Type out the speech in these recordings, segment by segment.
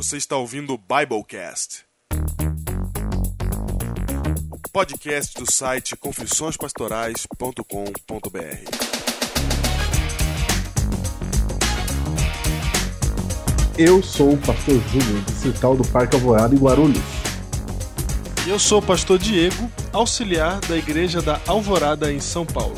Você está ouvindo o Biblecast, podcast do site confissõespastorais.com.br. Eu sou o pastor Júnior, distrital do Parque Alvorada, em Guarulhos. E eu sou o pastor Diego, auxiliar da Igreja da Alvorada, em São Paulo.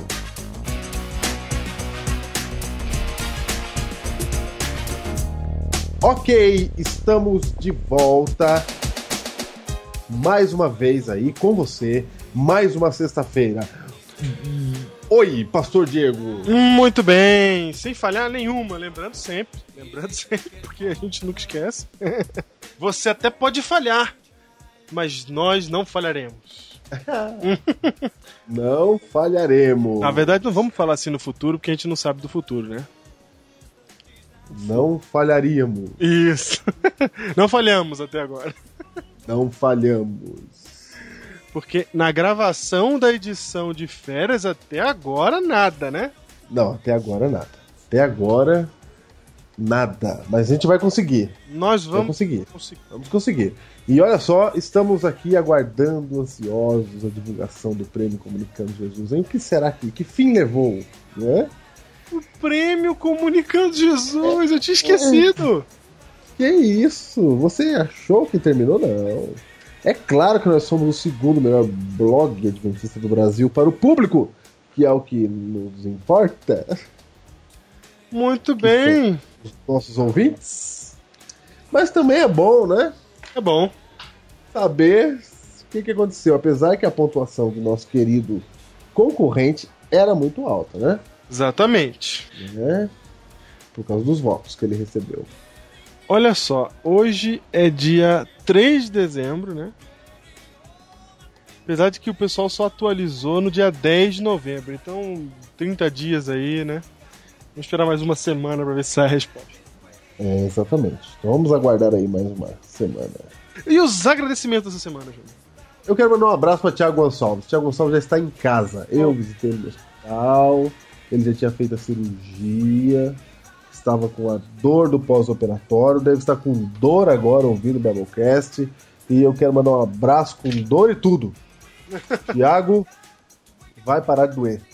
Ok, estamos de volta mais uma vez aí com você, mais uma sexta-feira. Oi, pastor Diego. Muito bem, sem falhar nenhuma, lembrando sempre, porque a gente nunca esquece. Você até pode falhar, mas nós não falharemos. Não falharemos. Na verdade, não vamos falar assim no futuro, porque a gente não sabe do futuro, né? Não falharíamos. Isso. Não falhamos até agora. Não falhamos. Porque na gravação da edição de férias, até agora, nada, né? Não, até agora nada. Até agora, nada. Mas a gente vai conseguir. Nós vamos conseguir. Vamos conseguir. E olha só, estamos aqui aguardando, ansiosos, a divulgação do Prêmio Comunicando Jesus. Hein? O que será que fim levou? Não é? O Prêmio Comunicando Jesus, eu tinha esquecido. Que isso? Você achou que terminou? Não. É claro que nós somos o segundo melhor blog adventista do Brasil para o público, que é o que nos importa. Muito bem. Os nossos ouvintes. Mas também é bom, né? É bom saber o que aconteceu, apesar que a pontuação do nosso querido concorrente era muito alta, né? Exatamente. Né? Por causa dos votos que ele recebeu. Olha só, hoje é dia 3 de dezembro, né? Apesar de que o pessoal só atualizou no dia 10 de novembro, então 30 dias aí, né? Vamos esperar mais uma semana para ver se sai a resposta. É, exatamente. Então vamos aguardar aí mais uma semana. E os agradecimentos dessa semana, Júnior? Eu quero mandar um abraço para Thiago Gonçalves. Thiago Gonçalves já está em casa. Eu visitei ele no hospital, ele já tinha feito a cirurgia, estava com a dor do pós-operatório, deve estar com dor agora ouvindo o Biblecast, e eu quero mandar um abraço com dor e tudo. Thiago, vai parar de doer.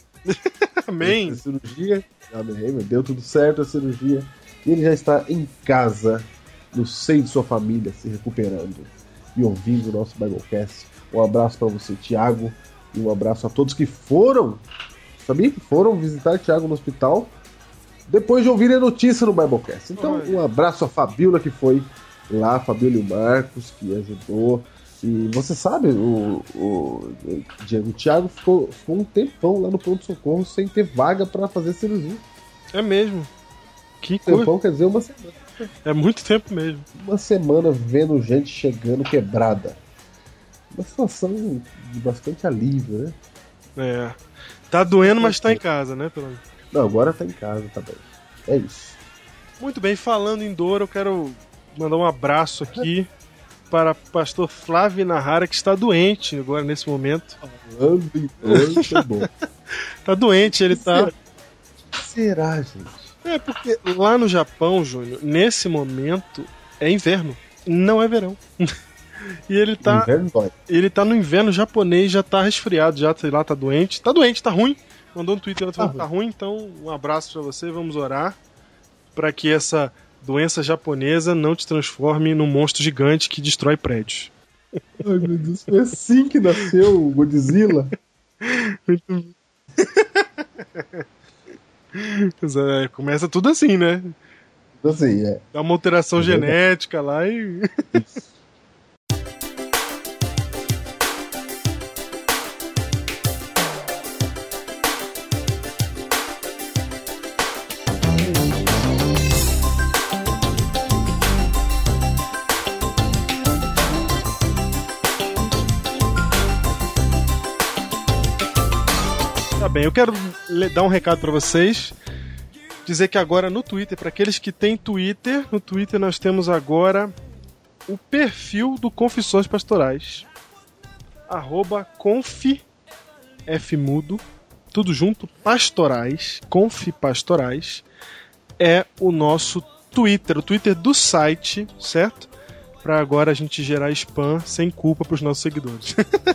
Amém. Cirurgia, amém, deu tudo certo a cirurgia, e ele já está em casa, no seio de sua família, se recuperando e ouvindo o nosso Biblecast. Um abraço para você, Thiago, e um abraço a todos que foram, sabia que foram visitar Thiago no hospital depois de ouvirem a notícia no Biblecast. Então, um abraço a Fabíola, que foi lá, a Fabíola e o Marcos, que ajudou. E você sabe, o Thiago ficou um tempão lá no pronto-socorro sem ter vaga para fazer cirurgia. É mesmo. Que tempão coisa. Quer dizer uma semana. É muito tempo mesmo. Uma semana vendo gente chegando quebrada. Uma situação de bastante alívio, né? É. Tá doendo, mas tá em casa, né? Não, agora tá em casa, tá bem. É isso. Muito bem, falando em dor, eu quero mandar um abraço aqui para o pastor Flávio Nahara, que está doente agora, nesse momento. Falando em dor, tá bom. Tá doente, ele tá... Será, gente? É, porque lá no Japão, Júnior, nesse momento, é inverno, não é verão. E ele tá no inverno japonês, já tá resfriado, já, sei lá, tá doente, tá ruim. Mandou no Twitter falando que tá ruim, então um abraço pra você, vamos orar pra que essa doença japonesa não te transforme num monstro gigante que destrói prédios. Ai, meu Deus, foi assim que nasceu o Godzilla? Começa tudo assim, né? Assim, é. Dá uma alteração genética lá e... Isso. Tá bem, eu quero dar um recado pra vocês. Dizer que agora no Twitter, para aqueles que têm Twitter, no Twitter nós temos agora o perfil do Confissões Pastorais. @confmudo, tudo junto, pastorais, confipastorais, é o nosso Twitter, o Twitter do site, certo? pra agora a gente gerar spam sem culpa pros nossos seguidores.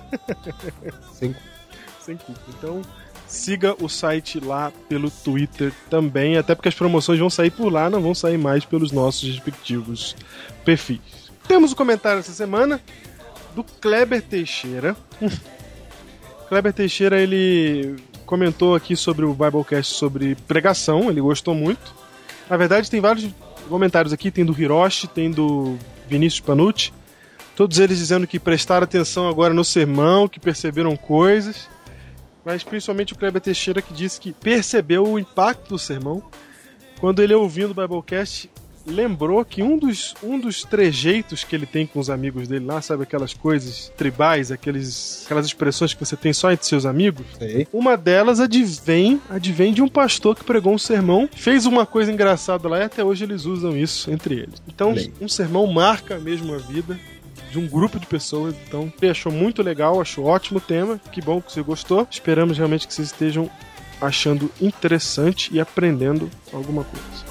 Sem culpa. Então, siga o site lá pelo Twitter também, até porque as promoções vão sair por lá, não vão sair mais pelos nossos respectivos perfis. Temos um comentário essa semana do Kleber Teixeira. Kleber Teixeira, ele comentou aqui sobre o Biblecast sobre pregação, ele gostou muito. Na verdade, tem vários comentários aqui, tem do Hiroshi, tem do Vinícius Panucci, todos eles dizendo que prestaram atenção agora no sermão, que perceberam coisas, mas principalmente o Kleber Teixeira, que disse que percebeu o impacto do sermão quando ele, ouvindo o Biblecast, lembrou que um dos trejeitos que ele tem com os amigos dele lá, sabe, aquelas coisas tribais, aquelas expressões que você tem só entre seus amigos, Sei. Uma delas advém de um pastor que pregou um sermão, fez uma coisa engraçada lá e até hoje eles usam isso entre eles. Então, um sermão marca mesmo a vida de um grupo de pessoas. Então, ele achou muito legal, achou ótimo o tema, que bom que você gostou. Esperamos realmente que vocês estejam achando interessante e aprendendo alguma coisa.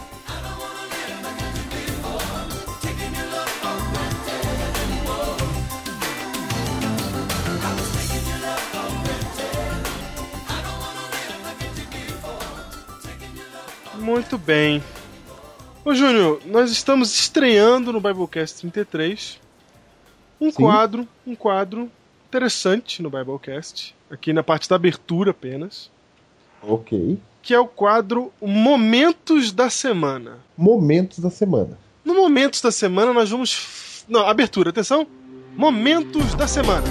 Muito bem. Ô Júnior, nós estamos estreando no Biblecast 33 um quadro interessante no Biblecast, aqui na parte da abertura apenas. Ok. Que é o quadro Momentos da Semana. Momentos da semana. No Momentos da Semana nós vamos... Não, abertura, atenção. Momentos da Semana.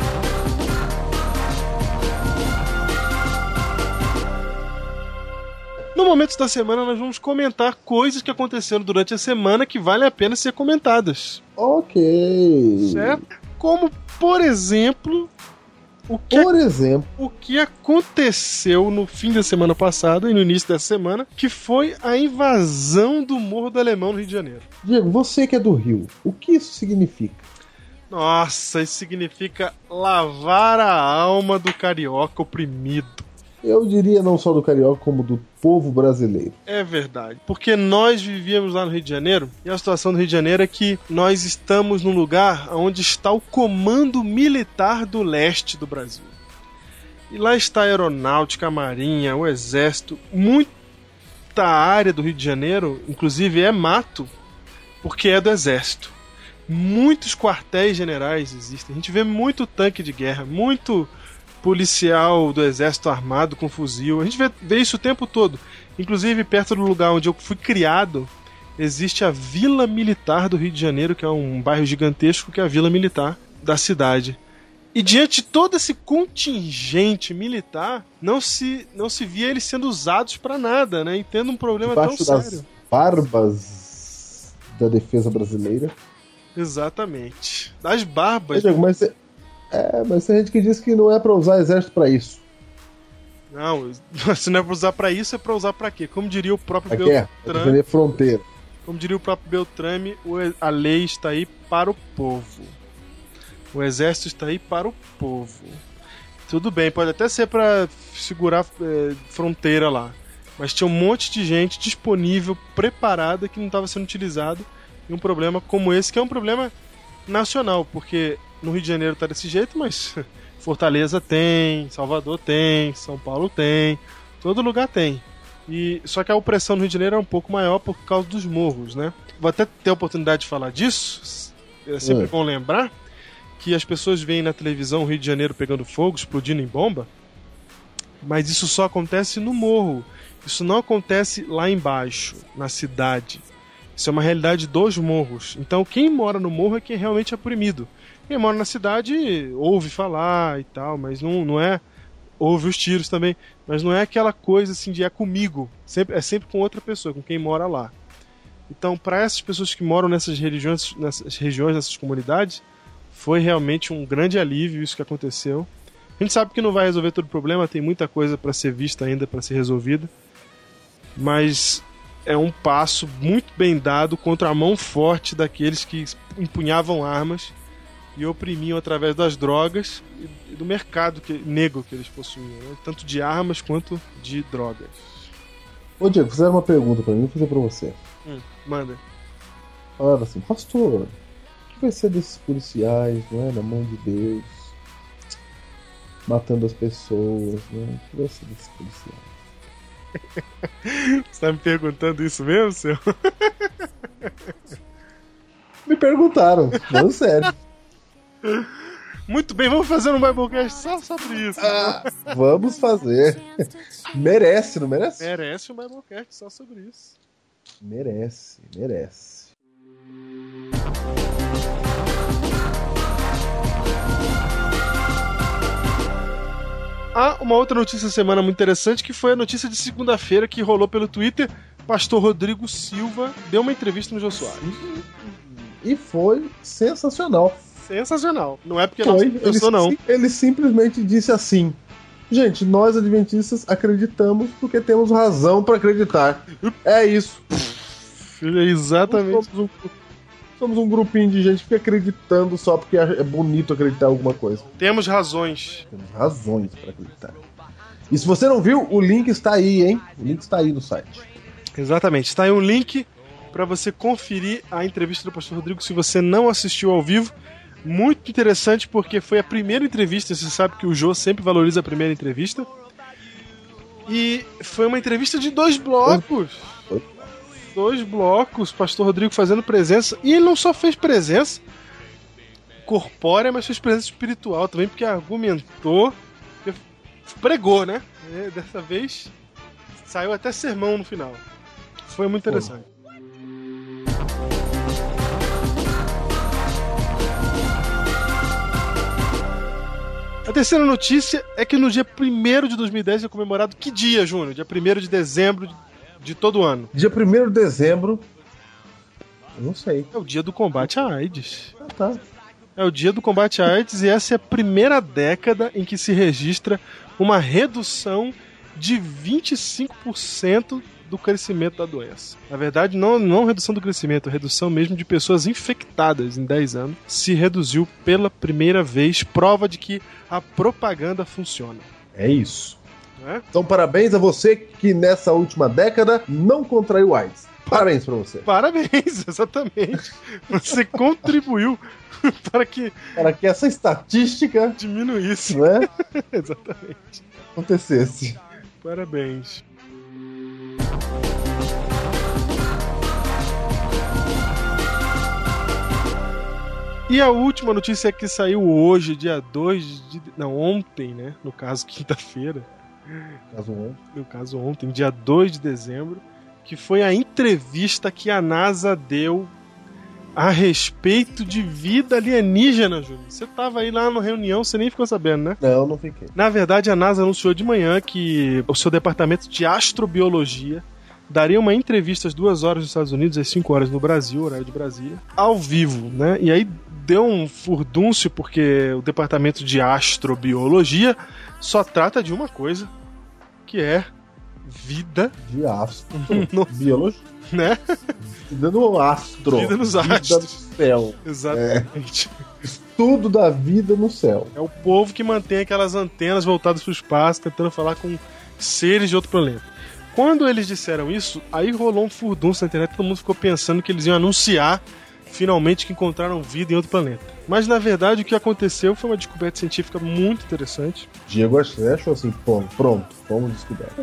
No Momentos da Semana nós vamos comentar coisas que aconteceram durante a semana que valem a pena ser comentadas. Ok. Certo? Como, por exemplo, o que aconteceu no fim da semana passada e no início dessa semana, que foi a invasão do Morro do Alemão no Rio de Janeiro. Diego, você que é do Rio, o que isso significa? Nossa, isso significa lavar a alma do carioca oprimido. Eu diria não só do carioca, como do povo brasileiro. É verdade. Porque nós vivíamos lá no Rio de Janeiro, e a situação do Rio de Janeiro é que nós estamos num lugar onde está o Comando Militar do Leste do Brasil. E lá está a Aeronáutica, a Marinha, o Exército. Muita área do Rio de Janeiro, inclusive, é mato, porque é do Exército. Muitos quartéis generais existem. A gente vê muito tanque de guerra, muito policial do exército armado com fuzil. A gente vê isso o tempo todo. Inclusive, perto do lugar onde eu fui criado, existe a Vila Militar do Rio de Janeiro, que é um bairro gigantesco, que é a Vila Militar da cidade. E diante de todo esse contingente militar, não se via eles sendo usados para nada, né? E tendo um problema tão sério. Das barbas da defesa brasileira. Exatamente. Das barbas. Mas tem gente que diz que não é pra usar exército pra isso. Não, se não é pra usar pra isso, é pra usar pra quê? Como diria o próprio Beltrame. Fronteira. Como diria o próprio Beltrame, a lei está aí para o povo. O exército está aí para o povo. Tudo bem, pode até ser pra segurar fronteira lá. Mas tinha um monte de gente disponível, preparada, que não estava sendo utilizado. E um problema como esse, que é um problema nacional, porque no Rio de Janeiro tá desse jeito, mas Fortaleza tem, Salvador tem, São Paulo tem, todo lugar tem. Só que a opressão no Rio de Janeiro é um pouco maior por causa dos morros, né? Vou até ter a oportunidade de falar disso. É sempre bom lembrar que as pessoas veem na televisão o Rio de Janeiro pegando fogo, explodindo em bomba, mas isso só acontece no morro. Isso não acontece lá embaixo, na cidade. Isso é uma realidade dos morros. Então quem mora no morro é quem realmente é oprimido. Quem mora na cidade ouve falar e tal, mas não é... Ouve os tiros também, mas não é aquela coisa assim de comigo. É sempre com outra pessoa, com quem mora lá. Então, para essas pessoas que moram nessas regiões, nessas comunidades, foi realmente um grande alívio isso que aconteceu. A gente sabe que não vai resolver todo o problema, tem muita coisa para ser vista ainda, para ser resolvida. Mas é um passo muito bem dado contra a mão forte daqueles que empunhavam armas e oprimiam através das drogas e do mercado negro que eles possuíam, né? Tanto de armas quanto de drogas. Ô Diego, fizeram uma pergunta pra mim, vou fazer pra você. Manda. Falaram assim, pastor, vai ser desses policiais, não é? Na mão de Deus. Matando as pessoas, né? O que vai ser desses policiais? Você tá me perguntando isso mesmo, seu? Me perguntaram, não sério. Muito bem, vamos fazer um Biblecast só sobre isso. Vamos fazer. Merece, não merece? Merece um Biblecast só sobre isso. Merece. Há uma outra notícia da semana muito interessante, que foi a notícia de segunda-feira que rolou pelo Twitter. Pastor Rodrigo Silva deu uma entrevista no Jô Soares. E foi sensacional. Sensacional. Não é porque não pensou, não. Ele simplesmente disse assim: gente, nós adventistas acreditamos porque temos razão para acreditar. É isso. É exatamente. Somos um grupinho de gente que fica acreditando só porque é bonito acreditar em alguma coisa. Temos razões. Temos razões para acreditar. E se você não viu, o link está aí, hein? O link está aí no site. Exatamente. Está aí um link para você conferir a entrevista do pastor Rodrigo se você não assistiu ao vivo. Muito interessante porque foi a primeira entrevista. Você sabe que o Jô sempre valoriza a primeira entrevista. E foi uma entrevista de 2 blocos. 2 blocos, pastor Rodrigo fazendo presença. E ele não só fez presença corpórea, mas fez presença espiritual também, porque argumentou, pregou, né? E dessa vez saiu até sermão no final. Foi muito interessante. A terceira notícia é que no dia 1º de 2010 é comemorado que dia, Júnior? Dia 1º de dezembro de todo ano. Dia 1º de dezembro, eu não sei. É o dia do combate à AIDS. Tá. É o dia do combate à AIDS e essa é a primeira década em que se registra uma redução de 25% do crescimento da doença. Na verdade, não redução do crescimento, redução mesmo de pessoas infectadas em 10 anos se reduziu pela primeira vez, prova de que a propaganda funciona. É isso. Então, parabéns a você que nessa última década não contraiu AIDS. Parabéns pra você. Parabéns, exatamente. Você contribuiu para que essa estatística diminuísse. Não é? Exatamente. Acontecesse. Parabéns. E a última notícia que saiu hoje, dia 2 de... Não, ontem, né? No caso, quinta-feira. No caso ontem, dia 2 de dezembro, que foi a entrevista que a NASA deu a respeito de vida alienígena, Júlio. Você tava aí lá na reunião, você nem ficou sabendo, né? Não fiquei. Na verdade, a NASA anunciou de manhã que o seu departamento de astrobiologia daria uma entrevista às 2 horas nos Estados Unidos, às 5 horas no Brasil, horário de Brasília, ao vivo, né? E aí deu um furdúncio porque o departamento de astrobiologia só trata de uma coisa, que é vida de astro. Biologia, né? Vida no astro. Vida nos astros. Vida no céu. Exatamente. Estudo da vida no céu. É o povo que mantém aquelas antenas voltadas para o espaço, tentando falar com seres de outro planeta. Quando eles disseram isso, aí rolou um furdúncio na internet, todo mundo ficou pensando que eles iam anunciar finalmente que encontraram vida em outro planeta. Mas na verdade o que aconteceu foi uma descoberta científica muito interessante. Diego achou assim, pronto, fomos descobertos.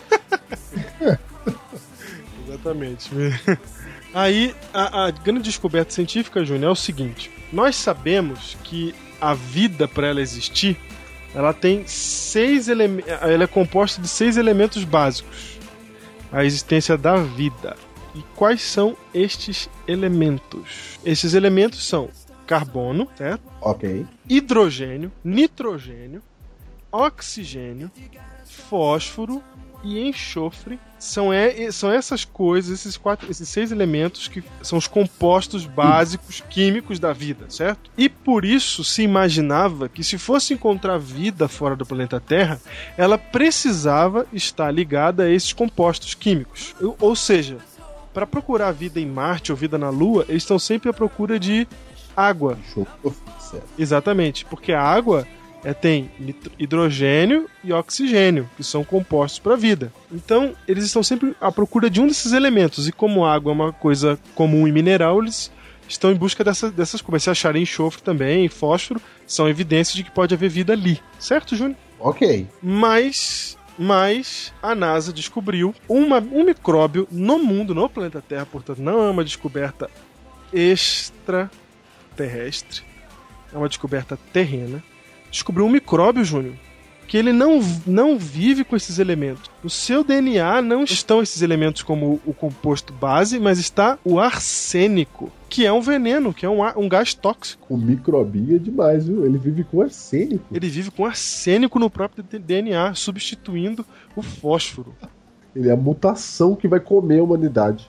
Exatamente. Aí a grande descoberta científica, Júnior, é o seguinte: nós sabemos que a vida, para ela existir, ela tem 6 elementos. Ela é composta de 6 elementos básicos. A existência da vida. E quais são estes elementos? Esses elementos são carbono, certo? Ok. Hidrogênio, nitrogênio, oxigênio, fósforo e enxofre. São essas coisas, esses 6 elementos que são os compostos básicos químicos da vida, certo? E por isso se imaginava que se fosse encontrar vida fora do planeta Terra, ela precisava estar ligada a esses compostos químicos. Ou seja, para procurar vida em Marte ou vida na Lua, eles estão sempre à procura de água. Exatamente, porque a água tem hidrogênio e oxigênio, que são compostos para a vida. Então, eles estão sempre à procura de um desses elementos. E como a água é uma coisa comum e mineral, eles estão em busca dessas coisas. Se acharem enxofre também, fósforo, são evidências de que pode haver vida ali. Certo, Júnior? Ok. Mas a NASA descobriu um micróbio no mundo, no planeta Terra, portanto não é uma descoberta extraterrestre, é uma descoberta terrena. Descobriu um micróbio, Júnior, que ele não vive com esses elementos. No seu DNA não estão esses elementos como o composto base, mas está o arsênico, que é um veneno, que é um gás tóxico. O microbinho é demais, viu? Ele vive com arsênico. Ele vive com arsênico no próprio DNA, substituindo o fósforo. Ele é a mutação que vai comer a humanidade.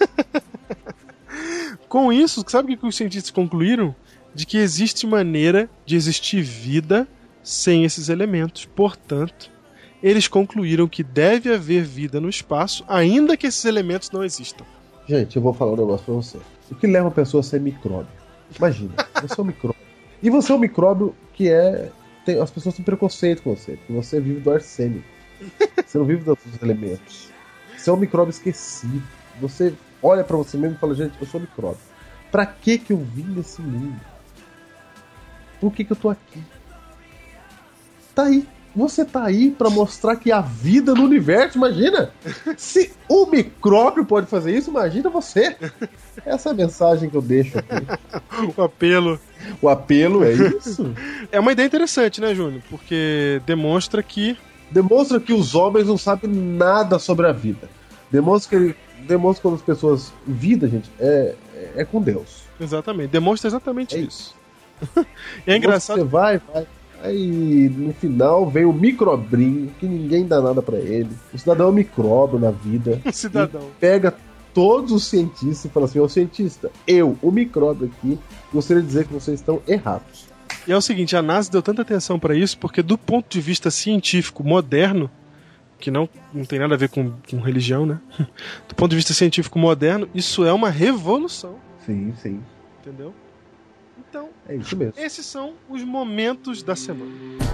Com isso, sabe o que os cientistas concluíram? De que existe maneira de existir vida sem esses elementos. Portanto, eles concluíram que deve haver vida no espaço, ainda que esses elementos não existam. Gente, eu vou falar um negócio pra você. O que leva a pessoa a ser micróbio? Imagina, você é um micróbio. E você é um micróbio que as pessoas têm preconceito com você, porque você vive do arsênico. Você não vive dos elementos. Você é um micróbio esquecido. Você olha pra você mesmo e fala, gente, eu sou micróbio. Pra que eu vim nesse mundo? Por que eu tô aqui? Tá aí. Você tá aí pra mostrar que há vida no universo, imagina! Se o micróbio pode fazer isso, imagina você! Essa é a mensagem que eu deixo aqui. O apelo. O apelo é isso? É uma ideia interessante, né, Júnior? Porque demonstra que os homens não sabem nada sobre a vida. Demonstra quando as pessoas... Vida, gente, é com Deus. Exatamente. Demonstra exatamente isso. É engraçado. Você vai... Aí no final vem o microbrinho, que ninguém dá nada pra ele. O cidadão é um micróbio na vida. O cidadão. Pega todos os cientistas e fala assim: ô cientista, o micróbio aqui, gostaria de dizer que vocês estão errados. E é o seguinte, a NASA deu tanta atenção pra isso porque do ponto de vista científico moderno, que não tem nada a ver com religião, né? Do ponto de vista científico moderno, isso é uma revolução. Sim, sim. Entendeu? Então, é isso mesmo. Esses são os momentos da semana.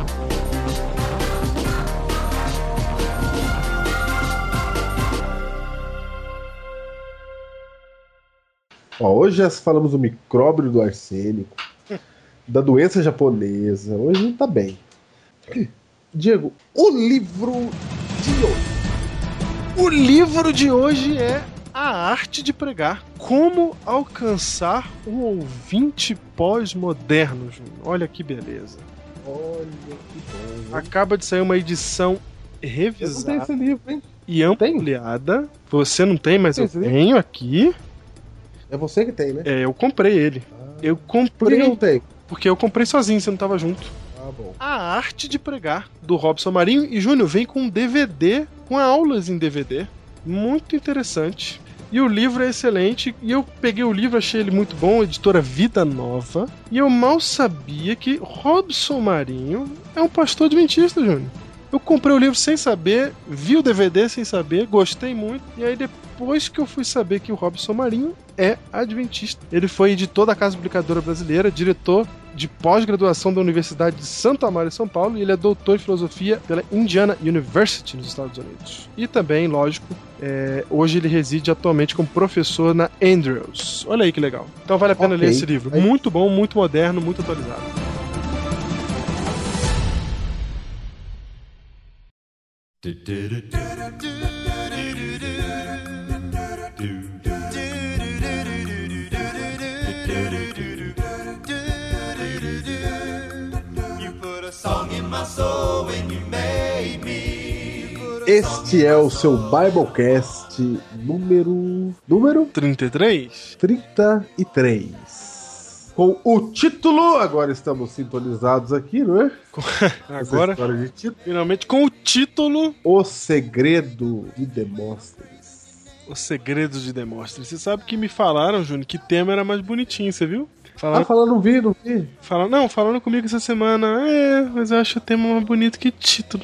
Hoje já falamos do micróbio do arsênico, da doença japonesa. Hoje não tá bem. Diego, o livro de hoje. O livro de hoje é A Arte de Pregar. Como alcançar um ouvinte pós-moderno, Júnior. Olha que beleza. Olha que bom. Acaba de sair uma edição revisada. Eu não tenho esse livro, hein? E ampliada. Você não tem, mas eu tenho aqui. É você que tem, né? Eu comprei ele. Eu comprei. Por que não tem? Porque eu comprei sozinho, você não tava junto. Bom. A Arte de Pregar, do Robson Marinho. E, Júnior, vem com um DVD, com aulas em DVD. Muito interessante. E o livro é excelente. E eu peguei o livro, achei ele muito bom. Editora Vida Nova. E eu mal sabia que Robson Marinho é um pastor adventista, Júnior. Eu comprei o livro sem saber, vi o DVD sem saber, gostei muito. E aí depois que eu fui saber que o Robson Marinho é adventista. Ele foi editor da Casa Publicadora Brasileira, diretor de pós-graduação da Universidade de Santo Amaro, em São Paulo, e ele é doutor em filosofia pela Indiana University, nos Estados Unidos. E também, lógico, hoje ele reside atualmente como professor na Andrews. Olha aí que legal. Então vale a pena ler esse livro. Muito bom, muito moderno, muito atualizado. Este é o seu Biblecast número 33? 33. Com o título, agora estamos sintonizados aqui, não é? Agora, de título. Finalmente, com o título O Segredo de Demóstenes. O Segredo de Demóstenes. Você sabe que me falaram, Júnior, que tema era mais bonitinho, você viu? Não vi. Falando comigo essa semana. Mas eu acho o tema mais bonito que título.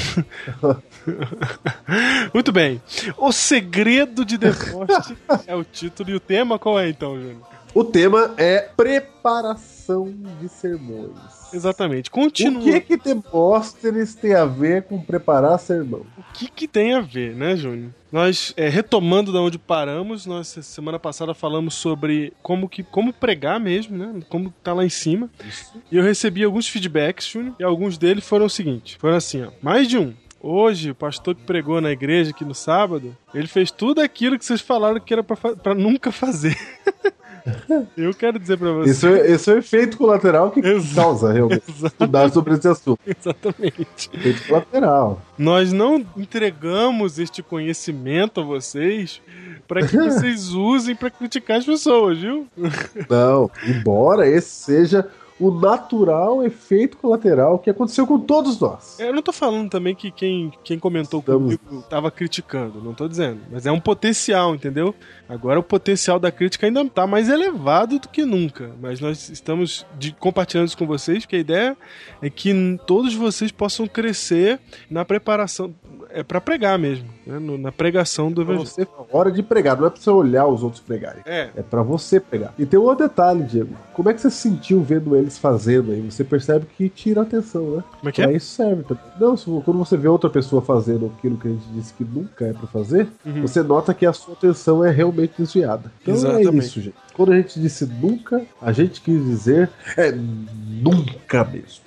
Muito bem. O Segredo de Demóstenes é o título. E o tema qual é então, Júnior? O tema é preparação de sermões. Exatamente. Continua. O que Demóstenes tem a ver com preparar sermão? O que tem a ver, né, Júnior? Nós, retomando de onde paramos, nós semana passada falamos sobre como pregar mesmo, né? Como tá lá em cima. Isso. E eu recebi alguns feedbacks, Júnior, e alguns deles foram o seguinte. Foram assim, ó. Mais de um. Hoje, o pastor que pregou na igreja aqui no sábado, ele fez tudo aquilo que vocês falaram que era pra nunca fazer. Eu quero dizer pra vocês... Esse é o efeito colateral que causa, realmente, estudar sobre esse assunto. Exatamente. Efeito colateral. Nós não entregamos este conhecimento a vocês para que vocês usem para criticar as pessoas, viu? Não, embora esse seja o natural efeito colateral que aconteceu com todos nós. Eu não tô falando também que quem comentou comigo tava criticando, não tô dizendo. Mas é um potencial, entendeu? Agora o potencial da crítica ainda tá mais elevado do que nunca. Mas nós estamos compartilhando isso com vocês, porque a ideia é que todos vocês possam crescer na preparação, pra pregar mesmo, né? Na pregação do evangelho. Você, hora de pregar, não é pra você olhar os outros pregarem. É pra você pregar. E tem um outro detalhe, Diego. Como é que você se sentiu vendo eles fazendo aí? Você percebe que tira a atenção, né? Como é que é? Isso serve também. Não, quando você vê outra pessoa fazendo aquilo que a gente disse que nunca é pra fazer, você nota que a sua atenção é realmente desviada. Então é isso, gente. Quando a gente disse nunca, a gente quis dizer nunca mesmo.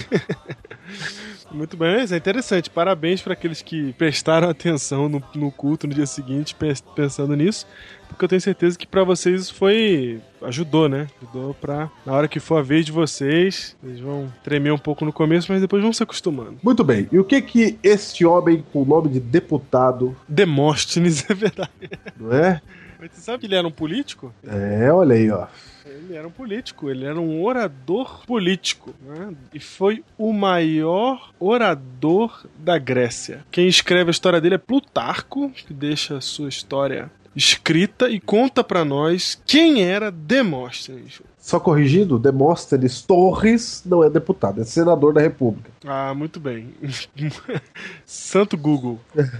Muito bem, isso é interessante. Parabéns para aqueles que prestaram atenção no culto no dia seguinte, pensando nisso, porque eu tenho certeza que para vocês isso ajudou, né? Ajudou pra, na hora que for a vez de vocês vão tremer um pouco no começo, mas depois vão se acostumando. Muito bem. E o que este homem com o nome de deputado... Demóstenes, é verdade. Não é? Mas você sabe que ele era um político? Olha aí, ó. Ele era um político, ele era um orador político, né? E foi o maior orador da Grécia. Quem escreve a história dele é Plutarco, que deixa a sua história escrita e conta pra nós quem era Demóstenes. Só corrigindo, Demóstenes Torres não é deputado, é senador da República. Ah, muito bem. Santo Google.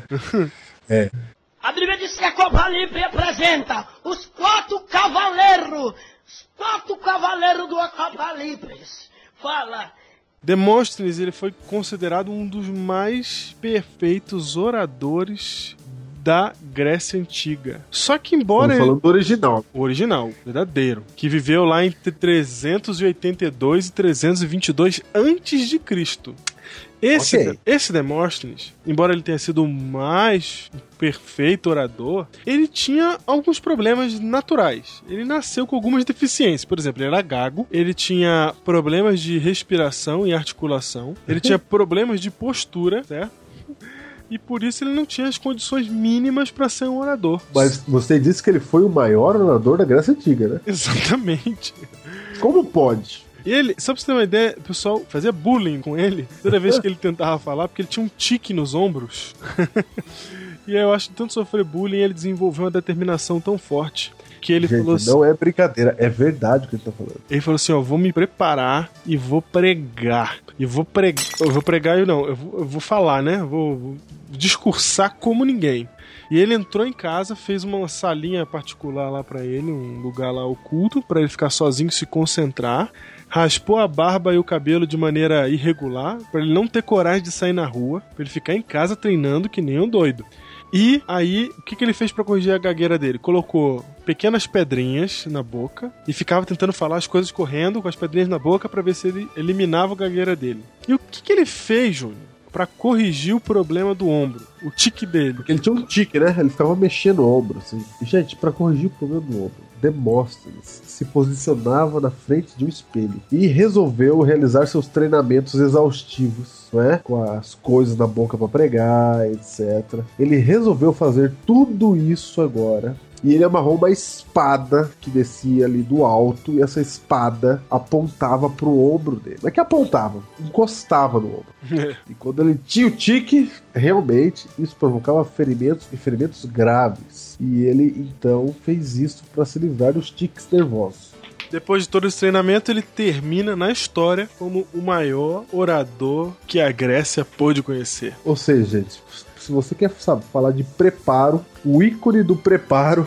A Bíblia diz que a Copa Livre representa os 4 cavaleiros do Apocalipse. Fala. Demóstenes, ele foi considerado um dos mais perfeitos oradores da Grécia Antiga. Só que embora... Estamos falando do original. O original, verdadeiro. Que viveu lá entre 382 e 322 a.C. Esse Demóstenes, embora ele tenha sido o mais perfeito orador, ele tinha alguns problemas naturais. Ele nasceu com algumas deficiências. Por exemplo, ele era gago, ele tinha problemas de respiração e articulação, ele tinha problemas de postura, certo? E por isso ele não tinha as condições mínimas para ser um orador. Mas você disse que ele foi o maior orador da Grécia Antiga, né? Exatamente. Como pode? E ele, só pra você ter uma ideia, o pessoal fazia bullying com ele toda vez que ele tentava falar, porque ele tinha um tique nos ombros. E aí eu acho que tanto sofrer bullying, ele desenvolveu uma determinação tão forte que ele falou assim... Não é brincadeira, é verdade o que ele tá falando. Ele falou assim, ó, vou me preparar e vou pregar. Eu vou falar, né? Vou discursar como ninguém. E ele entrou em casa, fez uma salinha particular lá pra ele, um lugar lá oculto, pra ele ficar sozinho, se concentrar. Raspou a barba e o cabelo de maneira irregular, pra ele não ter coragem de sair na rua, pra ele ficar em casa treinando que nem um doido. E aí, o que ele fez pra corrigir a gagueira dele? Colocou pequenas pedrinhas na boca e ficava tentando falar as coisas correndo com as pedrinhas na boca pra ver se ele eliminava a gagueira dele. E o que ele fez, Júnior, pra corrigir o problema do ombro? O tique dele. Porque ele tinha um tique, né? Ele ficava mexendo o ombro, assim. Gente, pra corrigir o problema do ombro, Demóstenes se posicionava na frente de um espelho e resolveu realizar seus treinamentos exaustivos, né? Com as coisas na boca pra pregar, etc. Ele resolveu fazer tudo isso agora. E ele amarrou uma espada que descia ali do alto, e essa espada apontava pro ombro dele. Não é que apontava, encostava no ombro. E quando ele tinha o tique, realmente isso provocava ferimentos graves. E ele então fez isso para se livrar dos tiques nervosos. Depois de todo esse treinamento, ele termina na história como o maior orador que a Grécia pôde conhecer. Ou seja, gente, se você quer falar de preparo, o ícone do preparo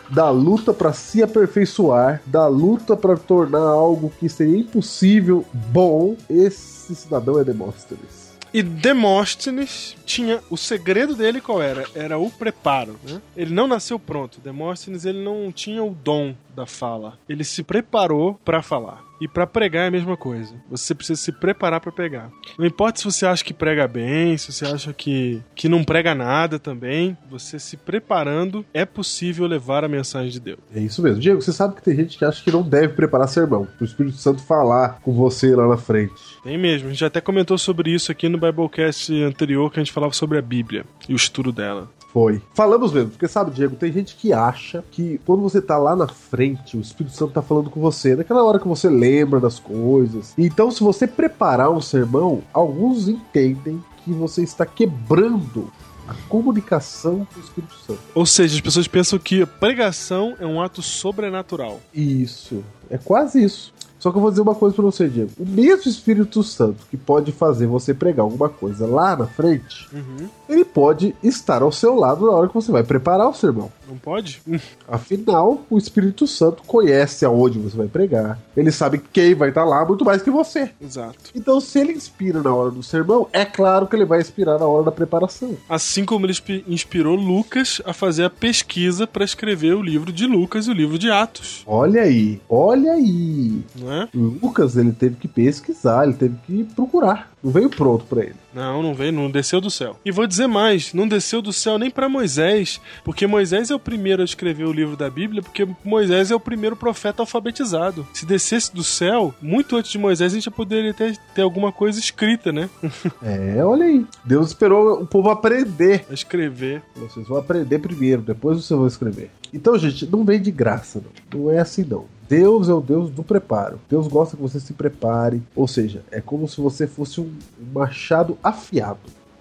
da luta para se aperfeiçoar, da luta para tornar algo que seria impossível bom, esse cidadão é Demóstenes. E Demóstenes tinha... O segredo dele qual era? Era o preparo, né? Ele não nasceu pronto. Demóstenes, ele não tinha o dom da fala. Ele se preparou para falar. E para pregar é a mesma coisa. Você precisa se preparar para pregar. Não importa se você acha que prega bem, se você acha que não prega nada também, você se preparando, é possível levar a mensagem de Deus. É isso mesmo. Diego, você sabe que tem gente que acha que não deve preparar sermão, pro Espírito Santo falar com você lá na frente. Tem mesmo. A gente até comentou sobre isso aqui no Biblecast anterior, que a gente falava sobre a Bíblia e o estudo dela. Foi. Falamos mesmo, porque sabe, Diego, tem gente que acha que quando você tá lá na frente, o Espírito Santo tá falando com você, naquela hora que você lembra das coisas. Então, se você preparar um sermão, alguns entendem que você está quebrando a comunicação com o Espírito Santo. Ou seja, as pessoas pensam que a pregação é um ato sobrenatural. Isso. É quase isso. Só que eu vou dizer uma coisa pra você, Diego. O mesmo Espírito Santo que pode fazer você pregar alguma coisa lá na frente, ele pode estar ao seu lado na hora que você vai preparar o sermão. Não pode? Afinal, o Espírito Santo conhece aonde você vai pregar. Ele sabe quem vai estar lá muito mais que você. Exato. Então, se ele inspira na hora do sermão, é claro que ele vai inspirar na hora da preparação. Assim como ele inspirou Lucas a fazer a pesquisa para escrever o livro de Lucas e o livro de Atos. Olha aí, olha aí. Não é? Lucas, ele teve que pesquisar, ele teve que procurar. Não veio pronto pra ele. Não veio, não desceu do céu. E vou dizer mais, não desceu do céu nem pra Moisés, porque Moisés é o primeiro a escrever o livro da Bíblia, porque Moisés é o primeiro profeta alfabetizado. Se descesse do céu, muito antes de Moisés, a gente já poderia ter alguma coisa escrita, né? Olha aí. Deus esperou o povo aprender a escrever. Vocês vão aprender primeiro, depois vocês vão escrever. Então, gente, não vem de graça, não. Não é assim, não. Deus é o Deus do preparo. Deus gosta que você se prepare. Ou seja, é como se você fosse um machado afiado.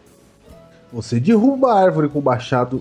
Você derruba a árvore com o machado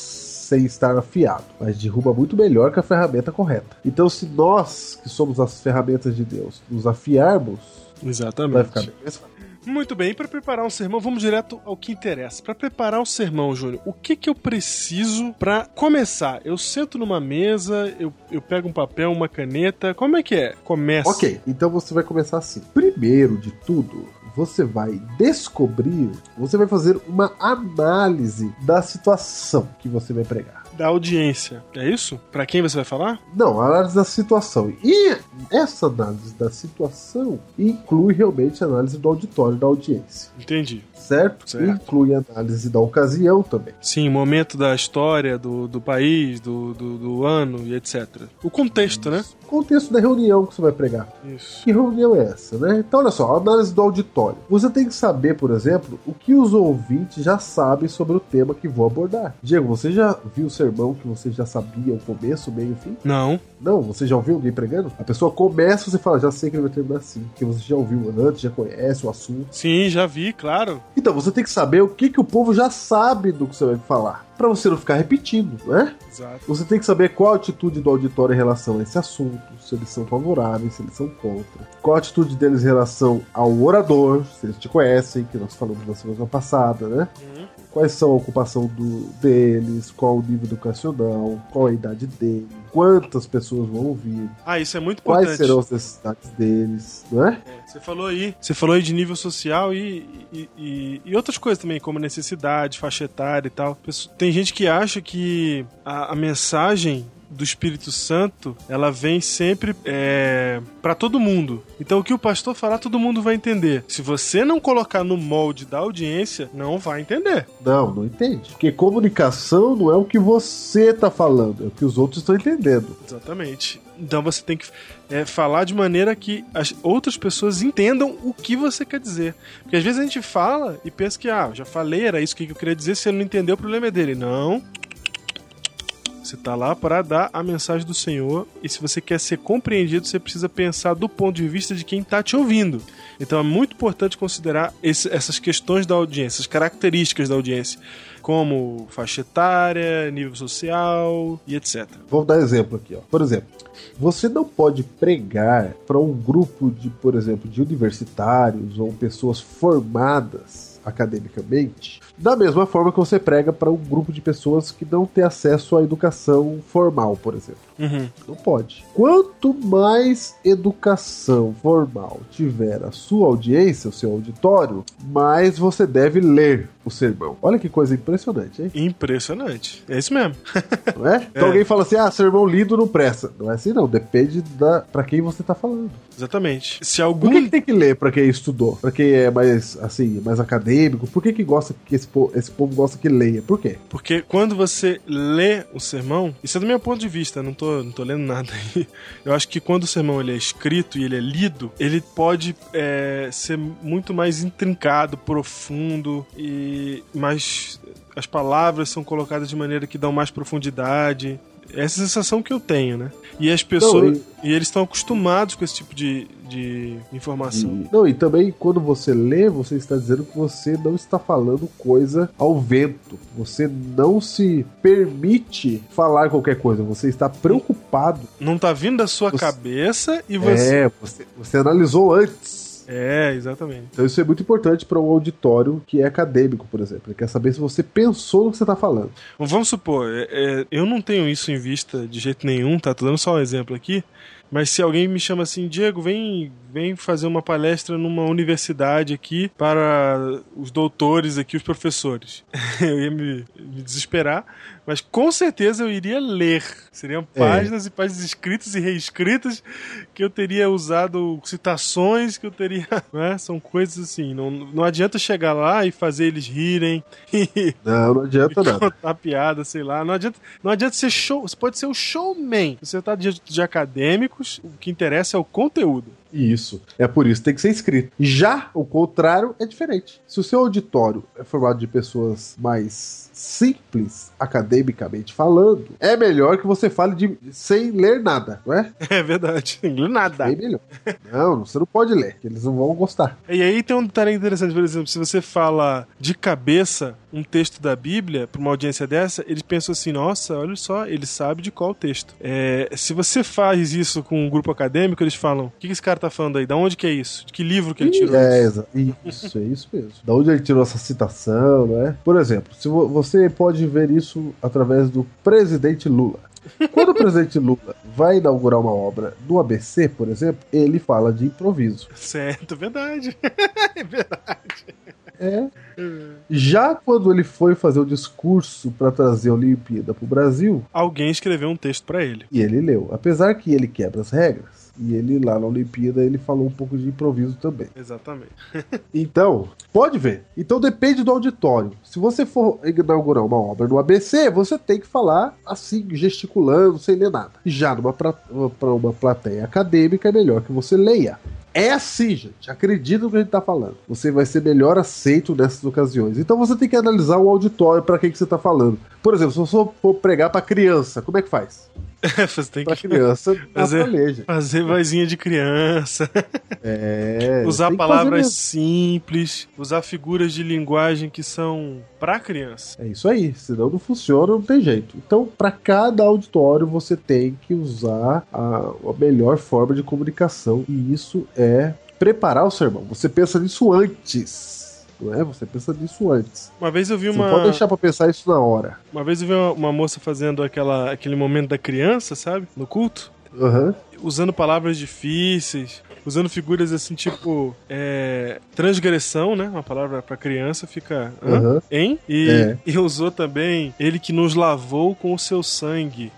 sem estar afiado, mas derruba muito melhor que a ferramenta correta. Então, se nós, que somos as ferramentas de Deus, nos afiarmos, exatamente, vai ficar bem mais fácil. Muito bem, para preparar um sermão, vamos direto ao que interessa. Para preparar o sermão, Júnior, o que eu preciso para começar? Eu sento numa mesa, eu pego um papel, uma caneta, como é que é? Começa. Ok, então você vai começar assim. Primeiro de tudo, você vai descobrir, você vai fazer uma análise da situação que você vai pregar. Da audiência, é isso? Pra quem você vai falar? Não, a análise da situação. E essa análise da situação inclui realmente a análise do auditório, da audiência. Entendi. Certo? Inclui a análise da ocasião também. Sim, momento da história, do país, do ano e etc. O contexto, né? O contexto da reunião que você vai pregar. Isso. Que reunião é essa, né? Então, olha só, a análise do auditório. Você tem que saber, por exemplo, o que os ouvintes já sabem sobre o tema que vou abordar. Diego, você já viu o sermão que você já sabia o começo, o meio e o fim? Não. Não? Você já ouviu alguém pregando? A pessoa começa e você fala, já sei que ele vai terminar assim. Porque você já ouviu antes, já conhece o assunto. Sim, já vi, claro. Então, você tem que saber o que o povo já sabe do que você vai falar, pra você não ficar repetindo, né? Exato. Você tem que saber qual a atitude do auditório em relação a esse assunto, se eles são favoráveis, se eles são contra. Qual a atitude deles em relação ao orador, se eles te conhecem, que nós falamos na semana passada, né? Quais são a ocupação deles, qual o nível educacional, qual a idade dele, quantas pessoas vão ouvir. Isso é muito importante. Quais serão as necessidades deles, não é? Você falou aí de nível social e outras coisas também, como necessidade, faixa etária e tal. Tem gente que acha que a mensagem do Espírito Santo, ela vem sempre para todo mundo. Então o que o pastor falar, todo mundo vai entender. Se você não colocar no molde da audiência, não vai entender. Não entende. Porque comunicação não é o que você tá falando, é o que os outros estão entendendo. Exatamente. Então você tem que falar de maneira que as outras pessoas entendam o que você quer dizer. Porque às vezes a gente fala e pensa que, já falei, era isso que eu queria dizer, se ele não entendeu, o problema é dele. Não. Você está lá para dar a mensagem do Senhor, e se você quer ser compreendido, você precisa pensar do ponto de vista de quem está te ouvindo. Então é muito importante considerar essas questões da audiência, as características da audiência, como faixa etária, nível social e etc. Vamos dar exemplo aqui. Por exemplo, você não pode pregar para um grupo de, por exemplo, de universitários ou pessoas formadas academicamente, da mesma forma que você prega para um grupo de pessoas que não tem acesso à educação formal, por exemplo. Não pode. Quanto mais educação formal tiver a sua audiência, o seu auditório, mais você deve ler o sermão. Olha que coisa impressionante, hein? Impressionante. É isso mesmo. Não é? Então alguém fala assim, sermão lido não presta. Não é assim não, depende pra quem você tá falando. Exatamente. Por que tem que ler pra quem estudou? Pra quem é mais, assim, mais acadêmico? Por que gosta que esse povo gosta que leia? Por quê? Porque quando você lê o sermão, isso é do meu ponto de vista, não tô lendo nada aí. Eu acho que quando o sermão ele é escrito e ele é lido, ele pode ser muito mais intrincado, profundo e mais... As palavras são colocadas de maneira que dão mais profundidade. Essa é a sensação que eu tenho, né? E as pessoas... E eles estão acostumados com esse tipo de informação. E também, quando você lê, você está dizendo que você não está falando coisa ao vento. Você não se permite falar qualquer coisa. Você está preocupado. Não está vindo da sua cabeça e você... Você analisou antes. Exatamente. Então isso é muito importante para um auditório que é acadêmico, por exemplo. Ele quer saber se você pensou no que você está falando. Vamos supor, eu não tenho isso em vista de jeito nenhum, tá? Tô dando só um exemplo aqui. Mas se alguém me chama assim, Diego, vem fazer uma palestra numa universidade aqui para os doutores aqui, os professores. Eu ia me desesperar, mas com certeza eu iria ler. Seriam páginas e páginas escritas e reescritas que eu teria usado citações, que eu teria... Né? São coisas assim, não adianta chegar lá e fazer eles rirem. Não adianta nada. Contar piada, sei lá. Não adianta ser show. Você pode ser o showman. Você está diante de acadêmicos, o que interessa é o conteúdo. Isso. É por isso que tem que ser escrito. Já o contrário é diferente. Se o seu auditório é formado de pessoas mais simples, academicamente falando, é melhor que você fale sem ler nada, não é? É verdade. Sem ler nada. É melhor. Não, você não pode ler, que eles não vão gostar. E aí tem um detalhe interessante, por exemplo, se você fala de cabeça um texto da Bíblia para uma audiência dessa, eles pensam assim, nossa, olha só, ele sabe de qual texto. Se você faz isso com um grupo acadêmico, eles falam, o que esse cara tá falando aí? Da onde que é isso? De que livro que ele tirou isso? É isso mesmo. Da onde ele tirou essa citação, né? Por exemplo, se você pode ver isso através do presidente Lula. Quando o presidente Lula vai inaugurar uma obra no ABC, por exemplo, ele fala de improviso. Certo, verdade. É verdade. Já quando ele foi fazer o discurso para trazer a Olimpíada pro Brasil, alguém escreveu um texto para ele. E ele leu. Apesar que ele quebra as regras, e ele lá na Olimpíada ele falou um pouco de improviso também. Exatamente. Então, pode ver. Então depende do auditório. Se você for inaugurar uma obra no ABC, você tem que falar assim, gesticulando, sem ler nada. Já para uma plateia acadêmica é melhor que você leia. É assim, gente. Acredita no que a gente tá falando. Você vai ser melhor aceito nessas ocasiões. Então você tem que analisar o auditório para quem que você tá falando. Por exemplo, se você for pregar para criança, como é que faz? Você tem pra que criança fazer vozinha de criança. Usar palavras simples, usar figuras de linguagem que são pra criança. É isso aí, senão não funciona, não tem jeito. Então, pra cada auditório você tem que usar a melhor forma de comunicação, e isso é preparar o sermão. Você pensa nisso antes. Não é? Você pensa nisso antes. Uma vez eu vi Você não pode deixar pra pensar isso na hora. Uma vez eu vi uma moça fazendo aquele momento da criança, sabe? No culto. Usando palavras difíceis, usando figuras assim, tipo transgressão, né? Uma palavra pra criança fica hein? E usou também ele que nos lavou com o seu sangue.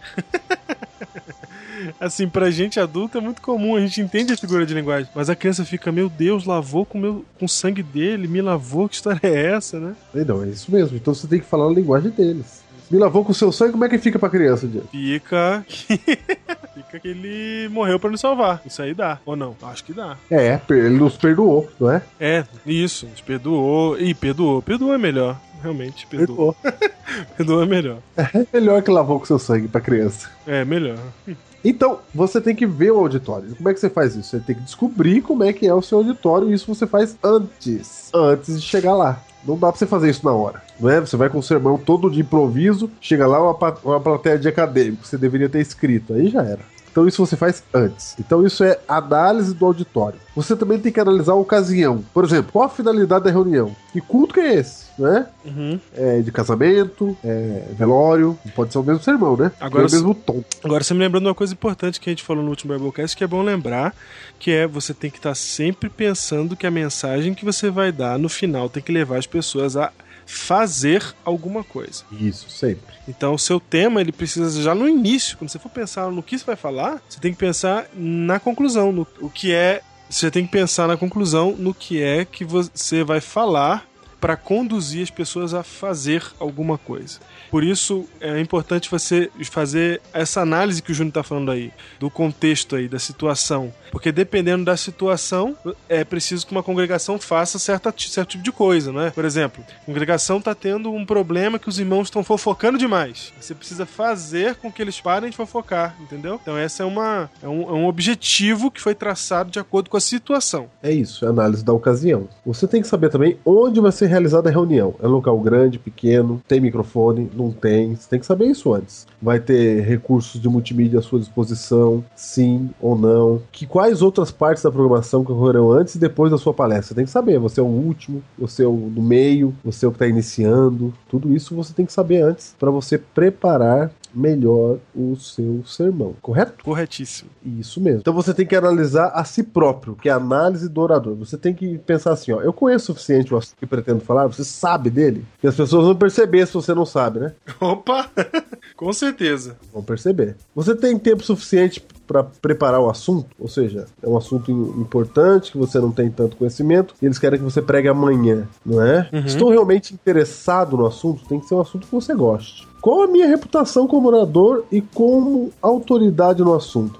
Assim, pra gente adulta é muito comum, a gente entende a figura de linguagem, mas a criança fica, meu Deus, lavou com o sangue dele, me lavou, que história é essa, né? Não, é isso mesmo, então você tem que falar a linguagem deles. Me lavou com o seu sangue, como é que fica pra criança, Diego? Fica que ele morreu pra nos salvar. Isso aí dá, ou não? Acho que dá. Ele nos perdoou, não é? Isso, nos perdoou. Perdoou é melhor. Realmente, perdoou. Perdoou é melhor. É melhor que lavou com seu sangue pra criança. É, melhor. Então, você tem que ver o auditório. Como é que você faz isso? Você tem que descobrir como é que é o seu auditório, e isso você faz antes de chegar lá. Não dá pra você fazer isso na hora, não é? Você vai com o sermão todo de improviso, chega lá uma plateia de acadêmico, você deveria ter escrito, aí já era. Então isso você faz antes. Então isso é análise do auditório. Você também tem que analisar a ocasião. Por exemplo, qual a finalidade da reunião? Que culto que é esse? Né? É de casamento, velório, pode ser o mesmo sermão, né? Agora, é o mesmo tom. Agora você me lembrou de uma coisa importante que a gente falou no último Biblecast, que é bom lembrar, que é você tem que estar sempre pensando que a mensagem que você vai dar no final tem que levar as pessoas a fazer alguma coisa. Isso, sempre. Então o seu tema, ele precisa, já no início, quando você for pensar no que você vai falar, você tem que pensar na conclusão, no o que é. Você tem que pensar na conclusão no que é que você vai falar para conduzir as pessoas a fazer alguma coisa. Por isso é importante você fazer essa análise que o Júnior está falando aí, do contexto aí, da situação. Porque dependendo da situação, é preciso que uma congregação faça certo tipo de coisa, não é? Por exemplo, a congregação está tendo um problema que os irmãos estão fofocando demais. Você precisa fazer com que eles parem de fofocar, entendeu? Então esse é um objetivo que foi traçado de acordo com a situação. É isso, é a análise da ocasião. Você tem que saber também onde vai ser realizada a reunião. É um local grande, pequeno, tem microfone, não tem. Você tem que saber isso antes. Vai ter recursos de multimídia à sua disposição, sim ou não. Quais outras partes da programação que ocorrerão antes e depois da sua palestra? Você tem que saber. Você é o último, você é o do meio, você é o que está iniciando. Tudo isso você tem que saber antes para você preparar melhor o seu sermão, correto? Corretíssimo. Isso mesmo. Então você tem que analisar a si próprio, que é a análise do orador. Você tem que pensar assim, ó, eu conheço o suficiente o assunto que pretendo falar, você sabe dele? E as pessoas vão perceber se você não sabe, né? Opa! Com certeza. Vão perceber. Você tem tempo suficiente para preparar o assunto, ou seja, é um assunto importante que você não tem tanto conhecimento e eles querem que você pregue amanhã, não é? Estou realmente interessado no assunto, tem que ser um assunto que você goste. Qual a minha reputação como orador e como autoridade no assunto?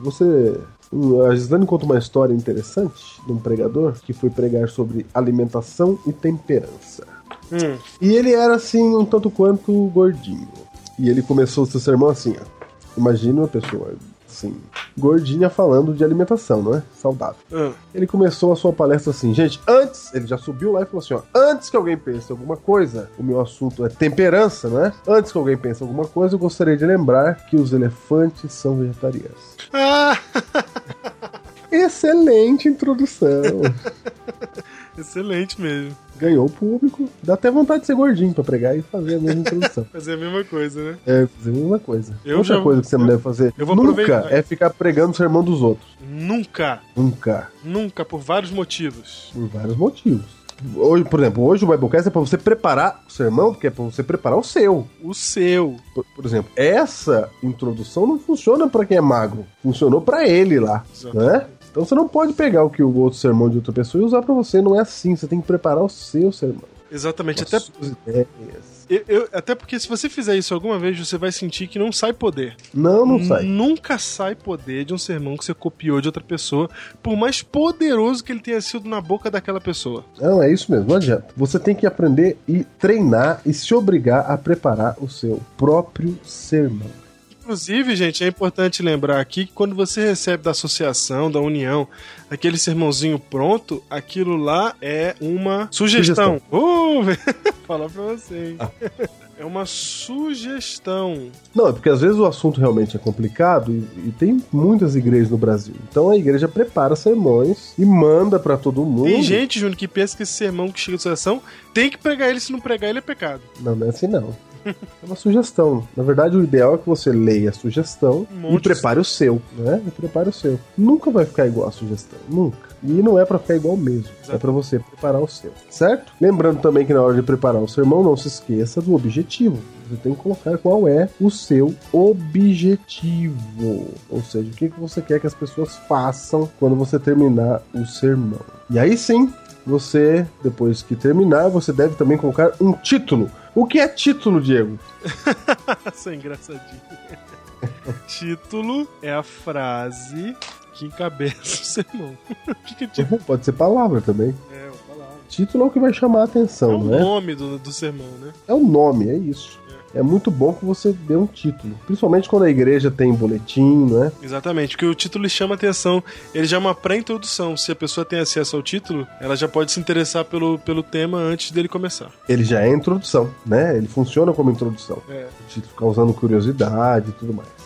A Gislane conta uma história interessante de um pregador que foi pregar sobre alimentação e temperança. E ele era assim um tanto quanto gordinho. E ele começou o seu sermão assim, ó. Imagina uma pessoa assim, gordinha falando de alimentação, não é? Saudável. Ele começou a sua palestra assim, gente, ele já subiu lá e falou assim, ó, antes que alguém pense alguma coisa, o meu assunto é temperança, não é? Antes que alguém pense alguma coisa, eu gostaria de lembrar que os elefantes são vegetarianos. Excelente introdução. Excelente mesmo. Ganhou o público. Dá até vontade de ser gordinho pra pregar e fazer a mesma introdução. Fazer a mesma coisa, né? Fazer a mesma coisa. Outra coisa que você não deve fazer nunca é ficar pregando o sermão dos outros. Nunca. Nunca, por vários motivos. Por vários motivos. Hoje, por exemplo, hoje o Biblecast é pra você preparar o sermão, porque é pra você preparar o seu. Por exemplo, essa introdução não funciona pra quem é magro. Funcionou pra ele lá, né? Então você não pode pegar o que o outro sermão de outra pessoa e usar pra você. Não é assim. Você tem que preparar o seu sermão. Exatamente. Até porque se você fizer isso alguma vez, você vai sentir que não sai poder. Não sai. Nunca sai poder de um sermão que você copiou de outra pessoa, por mais poderoso que ele tenha sido na boca daquela pessoa. Não, é isso mesmo, não adianta. Você tem que aprender e treinar e se obrigar a preparar o seu próprio sermão. Inclusive, gente, é importante lembrar aqui que quando você recebe da associação, da união, aquele sermãozinho pronto, aquilo lá é uma sugestão. Falar pra você, hein? É uma sugestão. Não, é porque às vezes o assunto realmente é complicado e tem muitas igrejas no Brasil. Então a igreja prepara sermões e manda pra todo mundo. Tem gente, Júnior, que pensa que esse sermão que chega de associação tem que pregar ele, se não pregar ele é pecado. Não é assim não. É uma sugestão. Na verdade, o ideal é que você leia a sugestão e prepare o seu, né? Nunca vai ficar igual a sugestão. Nunca. E não é pra ficar igual mesmo. Exato. É pra você preparar o seu. Certo? Lembrando também que na hora de preparar o sermão, não se esqueça do objetivo. Você tem que colocar qual é o seu objetivo. Ou seja, o que você quer que as pessoas façam quando você terminar o sermão. E aí sim, você, depois que terminar, você deve também colocar um título. O que é título, Diego? Isso é engraçadinho. Título é a frase que encabeça o sermão. O que é título? Pode ser palavra também. É, uma palavra. Título é o que vai chamar a atenção, né? É o nome do sermão, né? É o nome, é isso. É muito bom que você dê um título. Principalmente quando a igreja tem boletim, né? Exatamente, porque o título chama atenção. Ele já é uma pré-introdução. Se a pessoa tem acesso ao título, ela já pode se interessar pelo tema antes dele começar. Ele já é introdução, né? Ele funciona como introdução. O título causando curiosidade e tudo mais.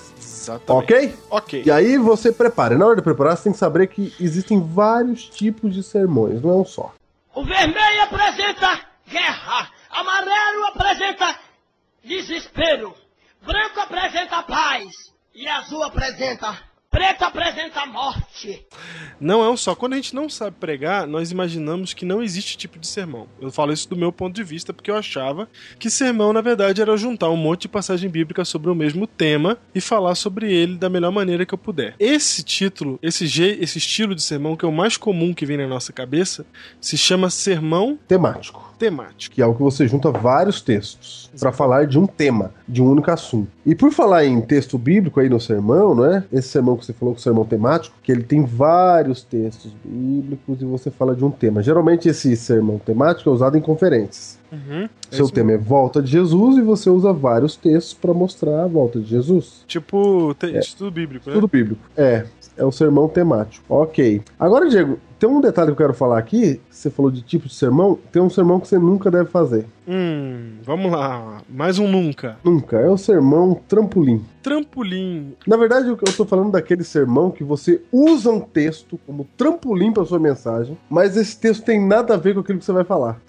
Exatamente. Ok? E aí você prepara. Na hora de preparar, você tem que saber que existem vários tipos de sermões, não é um só. O vermelho apresenta guerra, amarelo apresenta desespero, branco apresenta paz e azul apresenta... preto apresenta morte. Não é um só. Quando a gente não sabe pregar, nós imaginamos que não existe tipo de sermão. Eu falo isso do meu ponto de vista, porque eu achava que sermão, na verdade, era juntar um monte de passagem bíblica sobre o mesmo tema e falar sobre ele da melhor maneira que eu puder. Esse título, esse estilo de sermão, que é o mais comum que vem na nossa cabeça, se chama sermão temático. Que é o que você junta vários textos para falar de um tema, de um único assunto. E por falar em texto bíblico aí no sermão, não é? Esse sermão que você falou, que é o sermão temático, que ele tem vários textos bíblicos e você fala de um tema. Geralmente esse sermão temático é usado em conferências. Seu tema é volta de Jesus e você usa vários textos para mostrar a volta de Jesus. Tipo, estudo bíblico, né? Estudo bíblico. É o sermão temático. Ok. Agora, Diego, tem um detalhe que eu quero falar aqui. Você falou de tipo de sermão. Tem um sermão que você nunca deve fazer. Vamos lá. Mais um nunca. Nunca. É o sermão trampolim. Trampolim. Na verdade, eu tô falando daquele sermão que você usa um texto como trampolim para sua mensagem, mas esse texto tem nada a ver com aquilo que você vai falar.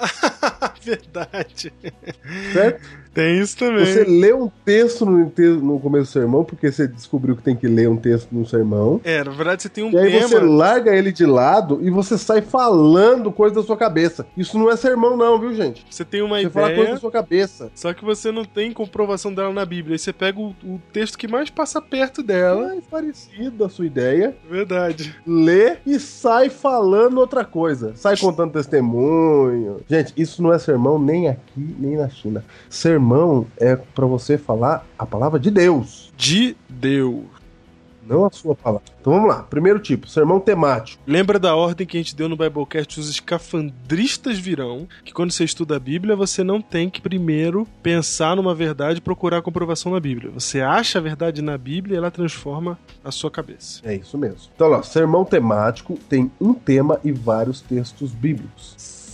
Verdade. Certo? Tem isso também. Você lê um texto no começo do sermão, porque você descobriu que tem que ler um texto no sermão. Na verdade você tem um tema. E aí você tema... larga ele de lado e você sai falando coisa da sua cabeça. Isso não é sermão não, viu, gente? Você tem uma ideia... Você fala coisa da sua cabeça. Só que você não tem comprovação dela na Bíblia. Aí você pega o texto que mais passa perto dela. Mais parecido da sua ideia. Verdade. Lê e sai falando outra coisa. Sai contando testemunho. Gente, isso não é sermão nem aqui, nem na China. Sermão é pra você falar a palavra de Deus. De Deus. Não a sua palavra. Então vamos lá. Primeiro tipo, sermão temático. Lembra da ordem que a gente deu no Biblecast? Os escafandristas virão, que quando você estuda a Bíblia, você não tem que primeiro pensar numa verdade e procurar a comprovação na Bíblia. Você acha a verdade na Bíblia e ela transforma a sua cabeça. É isso mesmo. Então lá, sermão temático tem um tema e vários textos bíblicos.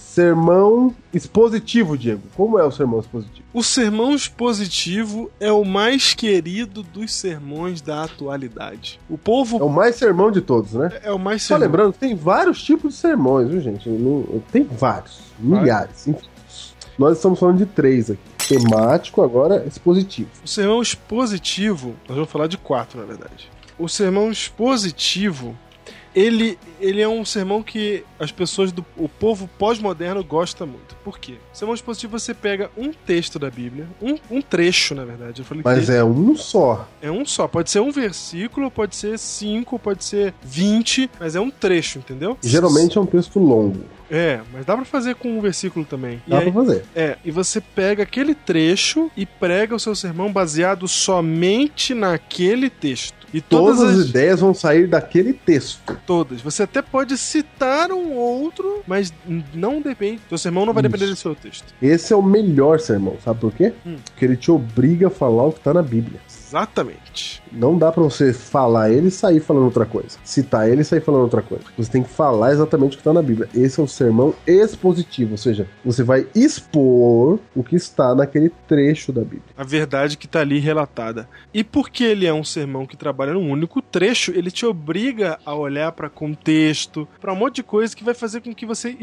Sermão expositivo, Diego. Como é o sermão expositivo? O sermão expositivo é o mais querido dos sermões da atualidade. O povo... É o mais sermão de todos, né? É o mais sermão. Só lembrando que tem vários tipos de sermões, viu, gente? Tem vários. Milhares. Enfim. Nós estamos falando de 3 aqui. Temático, agora expositivo. O sermão expositivo... Nós vamos falar de 4, na verdade. O sermão expositivo... Ele é um sermão que as pessoas o povo pós-moderno gosta muito. Por quê? O sermão expositivo você pega um texto da Bíblia, um trecho, na verdade. Eu falei mas texto. É um só. É um só. Pode ser um versículo, pode ser 5, pode ser 20, mas é um trecho, entendeu? Geralmente é um texto longo. Mas dá pra fazer com um versículo também. Dá pra fazer. E você pega aquele trecho e prega o seu sermão baseado somente naquele texto. E todas as ideias vão sair daquele texto. Todas. Você até pode citar um outro, mas não depende. Seu sermão não vai depender do seu texto. Esse é o melhor sermão, sabe por quê? Porque ele te obriga a falar o que tá na Bíblia. Exatamente. Não dá pra você falar ele e sair falando outra coisa. Citar ele e sair falando outra coisa. Você tem que falar exatamente o que tá na Bíblia. Esse é o sermão expositivo, ou seja, você vai expor o que está naquele trecho da Bíblia. A verdade que tá ali relatada. E porque ele é um sermão que trabalha num único trecho, ele te obriga a olhar pra contexto, pra um monte de coisa que vai fazer com que você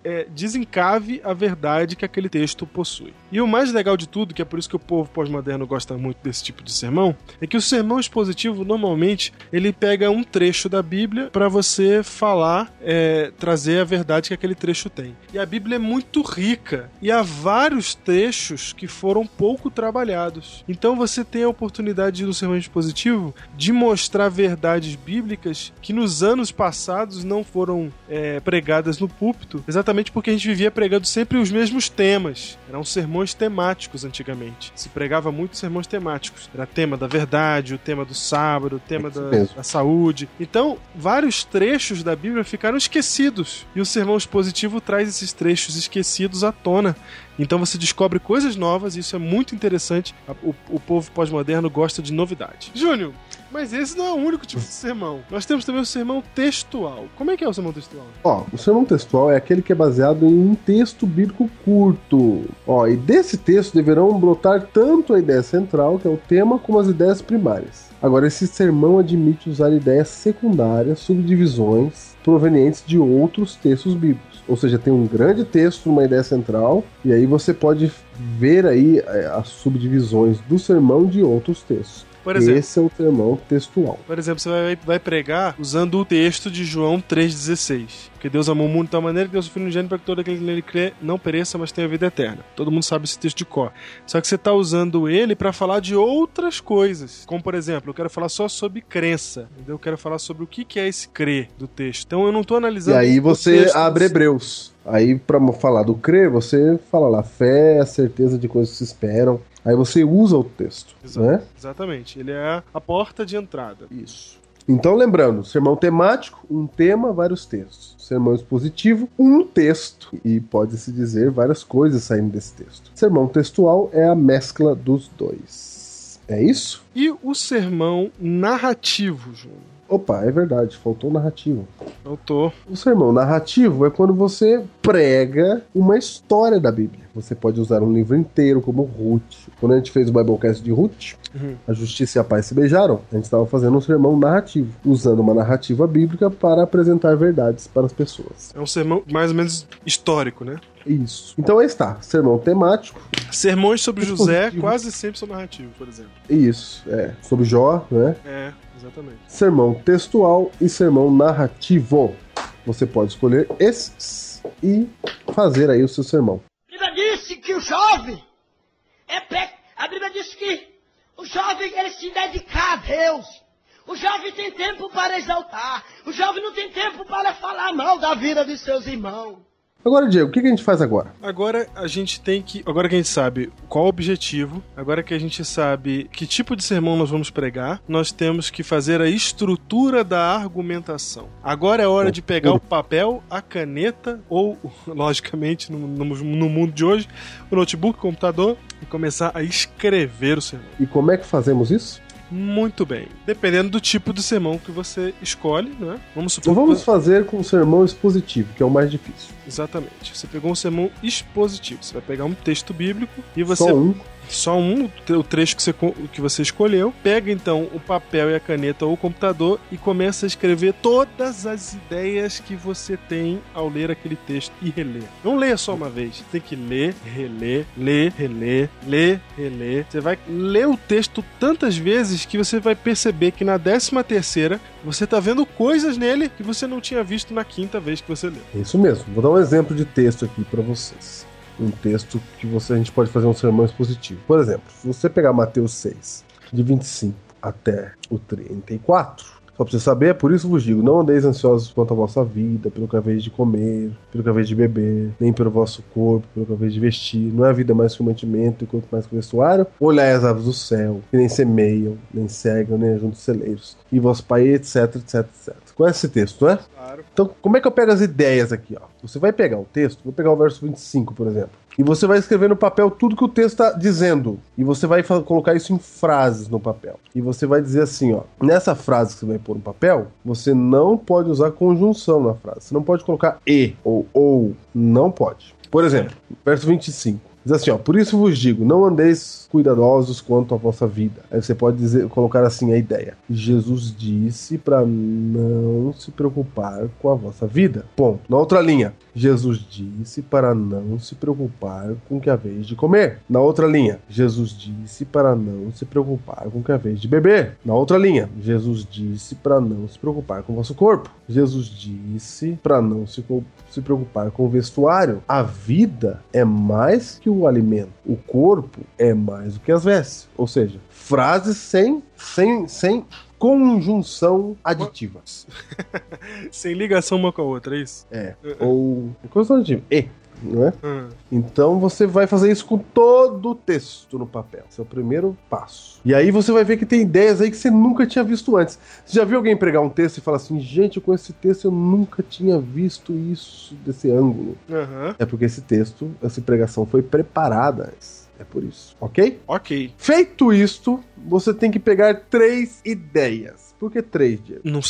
desencave a verdade que aquele texto possui. E o mais legal de tudo, que é por isso que o povo pós-moderno gosta muito desse tipo de sermão, é que o sermão expositivo, normalmente, ele pega um trecho da Bíblia para você falar, trazer a verdade que aquele trecho tem. E a Bíblia é muito rica, e há vários trechos que foram pouco trabalhados. Então você tem a oportunidade no sermão expositivo de mostrar verdades bíblicas que nos anos passados não foram pregadas no púlpito, exatamente porque a gente vivia pregando sempre os mesmos temas. Eram sermões temáticos antigamente. Se pregava muito sermões temáticos. Era tema da verdade, o tema do sábado, o tema da saúde. Então, vários trechos da Bíblia ficaram esquecidos. E o sermão expositivo traz esses trechos esquecidos à tona. Então você descobre coisas novas e isso é muito interessante. O povo pós-moderno gosta de novidade. Júnior, mas esse não é o único tipo de sermão. Nós temos também o sermão textual. Como é que é o sermão textual? O sermão textual é aquele que é baseado em um texto bíblico curto. Ó, e desse texto deverão brotar tanto a ideia central, que é o tema, como as ideias primárias. Agora, esse sermão admite usar ideias secundárias, subdivisões, provenientes de outros textos bíblicos. Ou seja, tem um grande texto, uma ideia central, e aí você pode ver aí as subdivisões do sermão de outros textos. Por exemplo, esse é o sermão textual. Por exemplo, você vai pregar usando o texto de João 3,16. Porque Deus amou o mundo de tal maneira que Deus o Filho unigênito para que todo aquele que nele crê não pereça, mas tenha vida eterna. Todo mundo sabe esse texto de cor. Só que você está usando ele para falar de outras coisas. Como, por exemplo, eu quero falar só sobre crença. Entendeu? Eu quero falar sobre o que é esse crer do texto. Então eu não estou analisando... E aí você abre Hebreus. Aí, para falar do crer, você fala lá, fé é a certeza de coisas que se esperam. Aí você usa o texto, né? Exatamente. Ele é a porta de entrada. Isso. Então, lembrando, sermão temático, um tema, vários textos. Sermão expositivo, um texto. E pode-se dizer várias coisas saindo desse texto. Sermão textual é a mescla dos dois. É isso? E o sermão narrativo, Júnior? Opa, é verdade, faltou narrativo. Faltou. O sermão narrativo é quando você prega uma história da Bíblia. Você pode usar um livro inteiro, como Ruth. Quando a gente fez o Biblecast de Ruth, a justiça e a paz se beijaram, a gente estava fazendo um sermão narrativo, usando uma narrativa bíblica para apresentar verdades para as pessoas. É um sermão mais ou menos histórico, né? Isso. Então aí está, sermão temático. Sermões sobre José quase sempre são narrativos, por exemplo. Isso, sobre Jó, né? É, exatamente. Sermão textual e sermão narrativo. Você pode escolher esses e fazer aí o seu sermão. A Bíblia disse que o jovem a Bíblia disse que o jovem ele se dedicar a Deus. O jovem tem tempo para exaltar. O jovem não tem tempo para falar mal da vida de seus irmãos. Agora, Diego, o que a gente faz agora? Agora a gente tem que... Agora que a gente sabe qual o objetivo, agora que a gente sabe que tipo de sermão nós vamos pregar, nós temos que fazer a estrutura da argumentação. Agora é hora de pegar o papel, a caneta, ou, logicamente, no mundo de hoje, o notebook, o computador, e começar a escrever o sermão. E como é que fazemos isso? Muito bem. Dependendo do tipo de sermão que você escolhe, né? Vamos fazer com o sermão expositivo, que é o mais difícil. Exatamente. Você pegou um sermão expositivo. Você vai pegar um texto bíblico e você... Só um, o trecho que você escolheu. Pega então o papel e a caneta ou o computador e começa a escrever todas as ideias que você tem ao ler aquele texto e reler. Não leia só uma vez. Você tem que ler, reler, ler, reler. Você vai ler o texto tantas vezes que você vai perceber que na 13ª você tá vendo coisas nele que você não tinha visto na 5ª vez que você leu. Isso mesmo. Vou dar um exemplo de texto aqui para vocês. Um texto que a gente pode fazer um sermão expositivo. Por exemplo, se você pegar Mateus 6, de 25 até o 34, só pra você saber, é por isso vos digo, não andeis ansiosos quanto à vossa vida, pelo que haveis de comer, pelo que haveis de beber, nem pelo vosso corpo, pelo que haveis de vestir. Não é a vida mais que o mantimento, e quanto mais que o vestuário. Olhai as aves do céu, que nem semeiam, nem cegam, nem ajuntam celeiros. E vosso Pai, etc, etc, etc. Conhece esse texto, né? Claro. Então, como é que eu pego as ideias aqui, ó? Você vai pegar o texto, vou pegar o verso 25, por exemplo, e você vai escrever no papel tudo que o texto está dizendo. E você vai colocar isso em frases no papel. E você vai dizer assim, ó, nessa frase que você vai pôr no papel, você não pode usar conjunção na frase. Você não pode colocar e ou. Não pode. Por exemplo, verso 25. Diz assim, ó, por isso vos digo, não andeis cuidadosos quanto à vossa vida. Aí você pode colocar assim a ideia. Jesus disse para não se preocupar com a vossa vida. Ponto. Na outra linha, Jesus disse para não se preocupar com o que haveis de comer. Na outra linha, Jesus disse para não se preocupar com o que haveis de beber. Na outra linha, Jesus disse para não se preocupar com o vosso corpo. Jesus disse para não se preocupar com o vestuário. A vida é mais que o alimento. O corpo é mais do que as vestes. Ou seja, frases sem conjunção aditiva. Sem ligação uma com a outra, é isso? É. Ou conjunção aditiva. Não é? Então você vai fazer isso com todo o texto no papel. Esse é o primeiro passo. E aí você vai ver que tem ideias aí que você nunca tinha visto antes. Você já viu alguém pregar um texto e falar assim, gente, com esse texto eu nunca tinha visto isso desse ângulo. É porque esse texto, essa pregação foi preparada antes. É por isso. Ok? Ok. Feito isto, você tem que pegar 3 ideias. Por que 3, Diego? Não sei.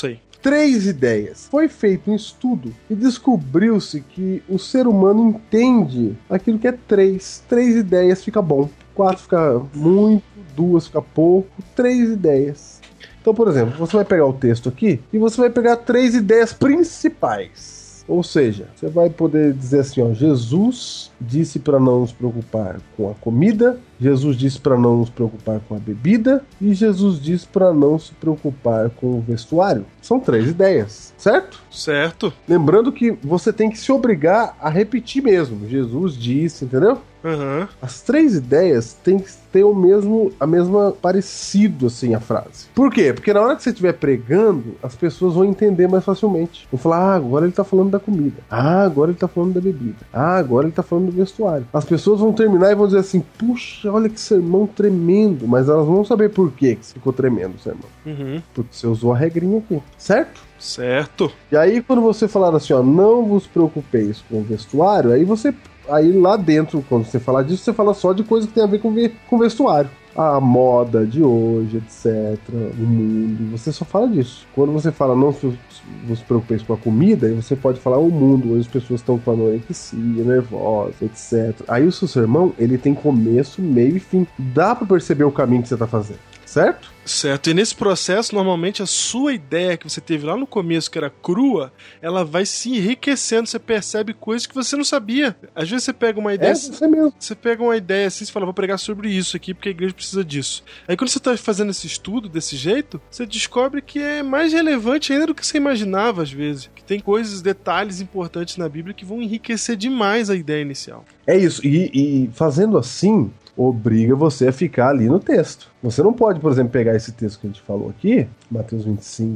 3 ideias. Foi feito um estudo e descobriu-se que o ser humano entende aquilo que é 3. 3 ideias fica bom, 4 fica muito, 2 fica pouco, 3 ideias. Então, por exemplo, você vai pegar o texto aqui e você vai pegar 3 ideias principais. Ou seja, você vai poder dizer assim, ó, Jesus disse para não nos preocupar com a comida, Jesus disse para não nos preocupar com a bebida e Jesus disse para não se preocupar com o vestuário. São 3 ideias, certo? Certo. Lembrando que você tem que se obrigar a repetir mesmo. Jesus disse, entendeu? Uhum. As 3 ideias têm que ter a mesma parecido, assim, a frase. Por quê? Porque na hora que você estiver pregando, as pessoas vão entender mais facilmente. Vão falar, agora ele tá falando da comida. Agora ele tá falando da bebida. Agora ele tá falando do vestuário. As pessoas vão terminar e vão dizer assim, puxa, olha que sermão tremendo. Mas elas vão saber por que ficou tremendo o sermão. Uhum. Porque você usou a regrinha aqui, certo? Certo. E aí quando você falar assim, ó, não vos preocupeis com o vestuário, aí lá dentro, quando você falar disso, você fala só de coisa que tem a ver com vestuário. A moda de hoje, etc. O mundo. Você só fala disso. Quando você fala não vos preocupeis com a comida, aí você pode falar o mundo. Hoje as pessoas estão com anorexia, nervosas, etc. Aí o seu sermão, ele tem começo, meio e fim. Dá pra perceber o caminho que você tá fazendo. Certo? Certo, e nesse processo, normalmente, a sua ideia que você teve lá no começo, que era crua, ela vai se enriquecendo, você percebe coisas que você não sabia. Às vezes você pega uma ideia... você mesmo. Você pega uma ideia assim, você fala, vou pregar sobre isso aqui, porque a igreja precisa disso. Aí quando você está fazendo esse estudo desse jeito, você descobre que é mais relevante ainda do que você imaginava, às vezes. Que tem coisas, detalhes importantes na Bíblia que vão enriquecer demais a ideia inicial. É isso, e fazendo assim... obriga você a ficar ali no texto. Você não pode, por exemplo, pegar esse texto que a gente falou aqui, Mateus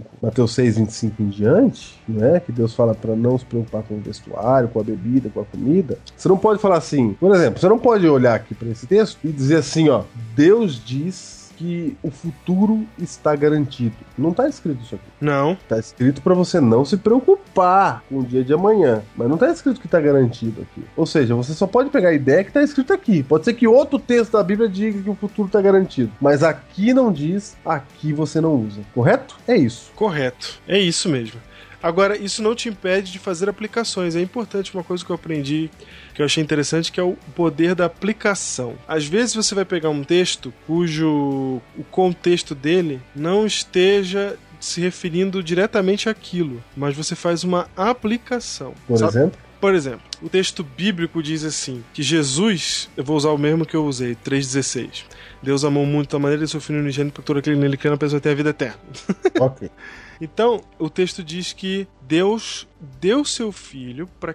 6, 25 em diante, né, que Deus fala para não se preocupar com o vestuário, com a bebida, com a comida. Você não pode falar assim, por exemplo, você não pode olhar aqui para esse texto e dizer assim, ó, Deus diz que o futuro está garantido. Não está escrito isso aqui. Não. Está escrito para você não se preocupar com o dia de amanhã. Mas não está escrito que está garantido aqui. Ou seja, você só pode pegar a ideia que está escrito aqui. Pode ser que outro texto da Bíblia diga que o futuro está garantido. Mas aqui não diz, aqui você não usa. Correto? É isso. Correto. É isso mesmo. Agora, isso não te impede de fazer aplicações. É importante uma coisa que eu aprendi, que eu achei interessante, que é o poder da aplicação. Às vezes você vai pegar um texto cujo o contexto dele não esteja se referindo diretamente àquilo, mas você faz uma aplicação. Por exemplo? Por exemplo, o texto bíblico diz assim, que Jesus, eu vou usar o mesmo que eu usei, 3,16. Deus amou muito a maneira de seu filho unigênito para que todo aquele nele crê, a pessoa ter a vida eterna. Ok. Então, o texto diz que Deus deu seu filho para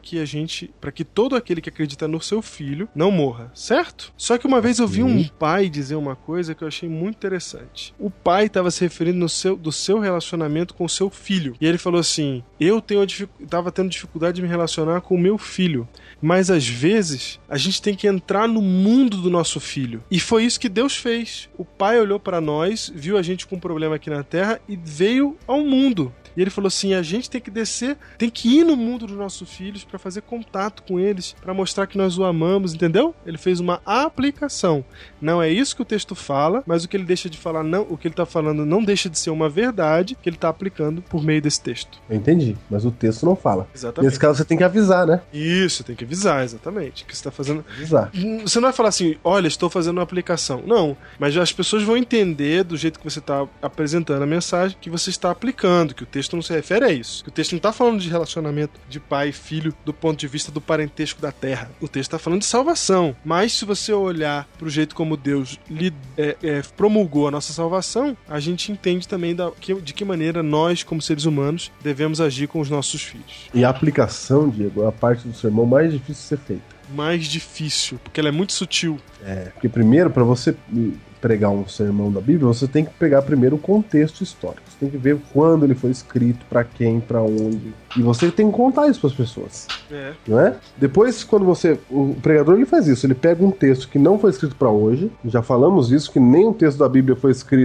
que todo aquele que acredita no seu filho não morra, certo? Só que uma vez eu vi um pai dizer uma coisa que eu achei muito interessante. O pai estava se referindo do seu relacionamento com o seu filho. E ele falou assim, estava tendo dificuldade de me relacionar com o meu filho. Mas às vezes a gente tem que entrar no mundo do nosso filho. E foi isso que Deus fez. O pai olhou para nós, viu a gente com um problema aqui na terra e veio ao mundo. E ele falou assim, a gente tem que descer, tem que ir no mundo dos nossos filhos para fazer contato com eles, para mostrar que nós o amamos, entendeu? Ele fez uma aplicação. Não é isso que o texto fala, mas o que ele deixa de falar, não, o que ele está falando não deixa de ser uma verdade que ele está aplicando por meio desse texto. Eu entendi, mas o texto não fala. Exatamente. Nesse caso você tem que avisar, né? Isso, tem que avisar, exatamente. Que você está fazendo. Avisar. Você não vai falar assim, olha, estou fazendo uma aplicação. Não, mas as pessoas vão entender do jeito que você está apresentando a mensagem que você está aplicando, que o texto não se refere a isso. Que o texto não está falando de relacionamento de pai e filho do ponto de vista do parentesco da terra. O texto está falando de salvação. Mas se você olhar para o jeito como Deus promulgou a nossa salvação, a gente entende também de que maneira nós, como seres humanos, devemos agir com os nossos filhos. E a aplicação, Diego, é a parte do sermão mais difícil de ser feita. Mais difícil, porque ela é muito sutil. Porque primeiro, para você pregar um sermão da Bíblia, você tem que pegar primeiro o contexto histórico. Você tem que ver quando ele foi escrito, para quem, para onde. E você tem que contar isso para as pessoas. Não é? Depois, quando o pregador ele faz isso, ele pega um texto que não foi escrito para hoje. Já falamos isso, que nem um texto da Bíblia foi escrito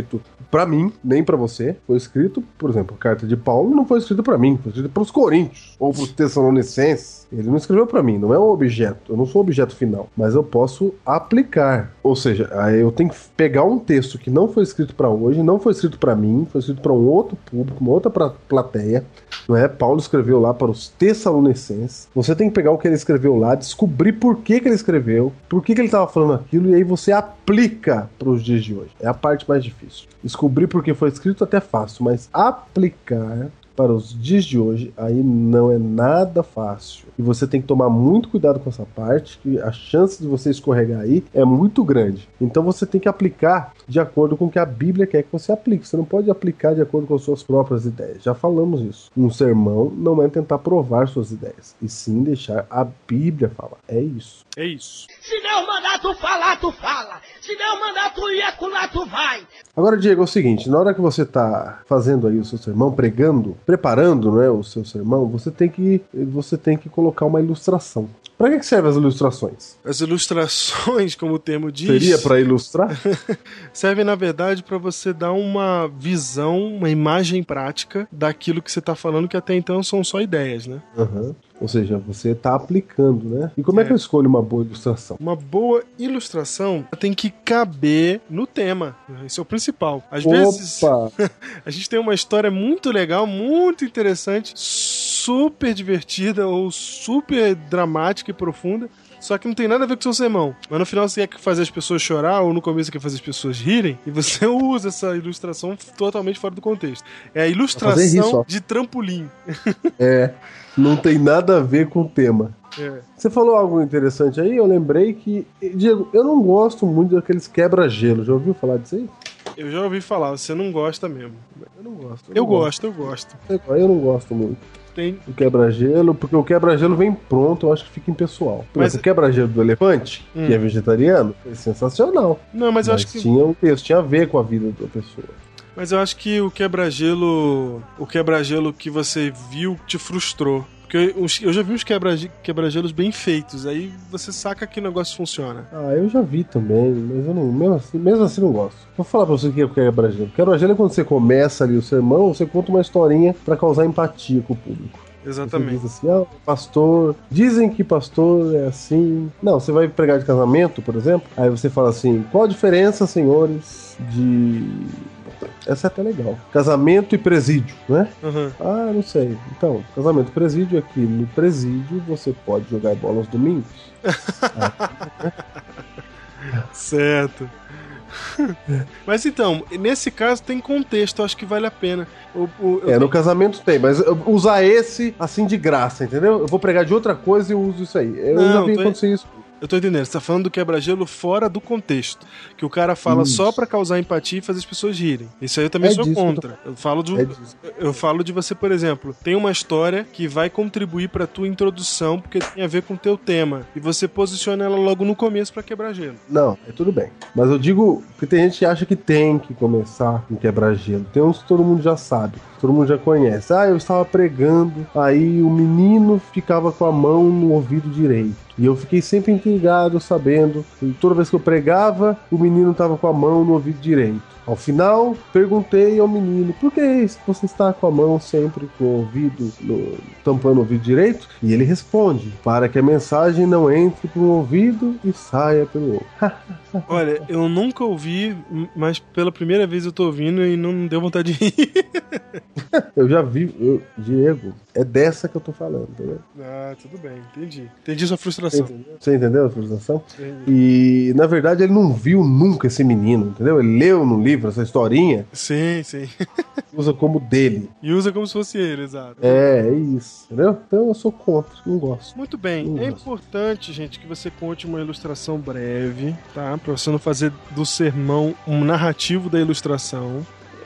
pra mim, nem pra você. Foi escrito, por exemplo, a carta de Paulo não foi escrita pra mim, foi escrita pros Coríntios ou pros Tessalonicenses. Ele não escreveu pra mim, não é um objeto. Eu não sou o objeto final, mas eu posso aplicar. Ou seja, aí eu tenho que pegar um texto que não foi escrito pra hoje, não foi escrito pra mim, foi escrito pra um outro público, uma outra plateia. Não é? Paulo escreveu lá para os Tessalonicenses. Você tem que pegar o que ele escreveu lá, descobrir por que ele escreveu, por que ele estava falando aquilo, e aí você aplica para os dias de hoje. É a parte mais difícil. Descobrir por que foi escrito até fácil, mas aplicar para os dias de hoje, aí não é nada fácil. E você tem que tomar muito cuidado com essa parte, que a chance de você escorregar aí é muito grande. Então você tem que aplicar de acordo com o que a Bíblia quer que você aplique. Você não pode aplicar de acordo com as suas próprias ideias. Já falamos isso. Um sermão não é tentar provar suas ideias, e sim deixar a Bíblia falar. É isso. É isso. Se Deus mandar tu falar, tu fala. Se Deus mandar tu ir acolá, tu vai. Agora, Diego, é o seguinte, na hora que você está fazendo aí o seu sermão, pregando, preparando, né, o seu sermão, você tem que colocar uma ilustração. Para que servem as ilustrações? As ilustrações, como o termo diz... Seria para ilustrar? Servem, na verdade, para você dar uma visão, uma imagem prática daquilo que você está falando, que até então são só ideias, né? Uhum. Ou seja, você está aplicando, né? E como é que eu escolho uma boa ilustração? Uma boa ilustração tem que caber no tema. Isso é o principal. Às vezes, a gente tem uma história muito legal, muito interessante, super divertida ou super dramática e profunda, só que não tem nada a ver com o seu sermão. Mas no final você quer fazer as pessoas chorar, ou no começo você quer fazer as pessoas rirem, e você usa essa ilustração totalmente fora do contexto. É a ilustração de trampolim. Não tem nada a ver com o tema. Você falou algo interessante aí, eu lembrei que... Diego, eu não gosto muito daqueles quebra-gelo. Já ouviu falar disso aí? Eu já ouvi falar, você não gosta mesmo. Eu não gosto. Eu gosto. Eu não gosto muito. O quebra-gelo, porque o quebra-gelo vem pronto, eu acho que fica impessoal. Mas o quebra-gelo do elefante, que é vegetariano, é sensacional. Não, mas eu acho que... tinha um texto, tinha a ver com a vida da pessoa. Mas eu acho que o quebra-gelo que você viu te frustrou. Porque eu já vi uns quebra-gelos bem feitos, aí você saca que o negócio funciona. Eu já vi também, mas eu não, mesmo assim não gosto. Vou falar pra você o que é o quebra-gelo. Quebra-gelo é quando você começa ali o sermão, você conta uma historinha pra causar empatia com o público. Exatamente. Você diz assim, pastor, dizem que pastor é assim. Não, você vai pregar de casamento, por exemplo, aí você fala assim, qual a diferença, senhores, de... Essa é até legal. Casamento e presídio, né? Uhum. Não sei. Então, casamento e presídio aqui. No presídio você pode jogar bola aos domingos. Certo. Mas então, nesse caso tem contexto, acho que vale a pena. No casamento tem, mas usar esse assim de graça, entendeu? Eu vou pregar de outra coisa e eu uso isso aí. Eu já vi acontecer isso. Eu tô entendendo, você tá falando do quebra-gelo fora do contexto. Que o cara fala só pra causar empatia e fazer as pessoas rirem. Isso aí eu também sou contra. Eu falo de você, por exemplo, tem uma história que vai contribuir pra tua introdução, porque tem a ver com o teu tema. E você posiciona ela logo no começo pra quebrar-gelo. Não, tudo bem. Mas eu digo que tem gente que acha que tem que começar com quebrar-gelo. Tem uns que todo mundo já sabe. Todo mundo já conhece. Eu estava pregando, aí o menino ficava com a mão no ouvido direito. E eu fiquei sempre intrigado, sabendo. E toda vez que eu pregava, o menino estava com a mão no ouvido direito. Ao final, perguntei ao menino, por que você está com a mão sempre com o ouvido, tampando o ouvido direito? E ele responde, para que a mensagem não entre por um ouvido e saia pelo outro. Olha, eu nunca ouvi, mas pela primeira vez eu tô ouvindo e não deu vontade de rir. Eu já vi, Diego, é dessa que eu tô falando, entendeu? Tudo bem, entendi. Entendi sua frustração. Você entendeu a frustração? Entendi. E, na verdade, ele não viu nunca esse menino, entendeu? Ele leu no livro essa historinha. Sim. Usa como dele. E usa como se fosse ele, exato. É isso, entendeu? Então eu sou contra, não gosto. Muito bem, importante, gente, que você conte uma ilustração breve, tá? Pra você não fazer do sermão um narrativo da ilustração.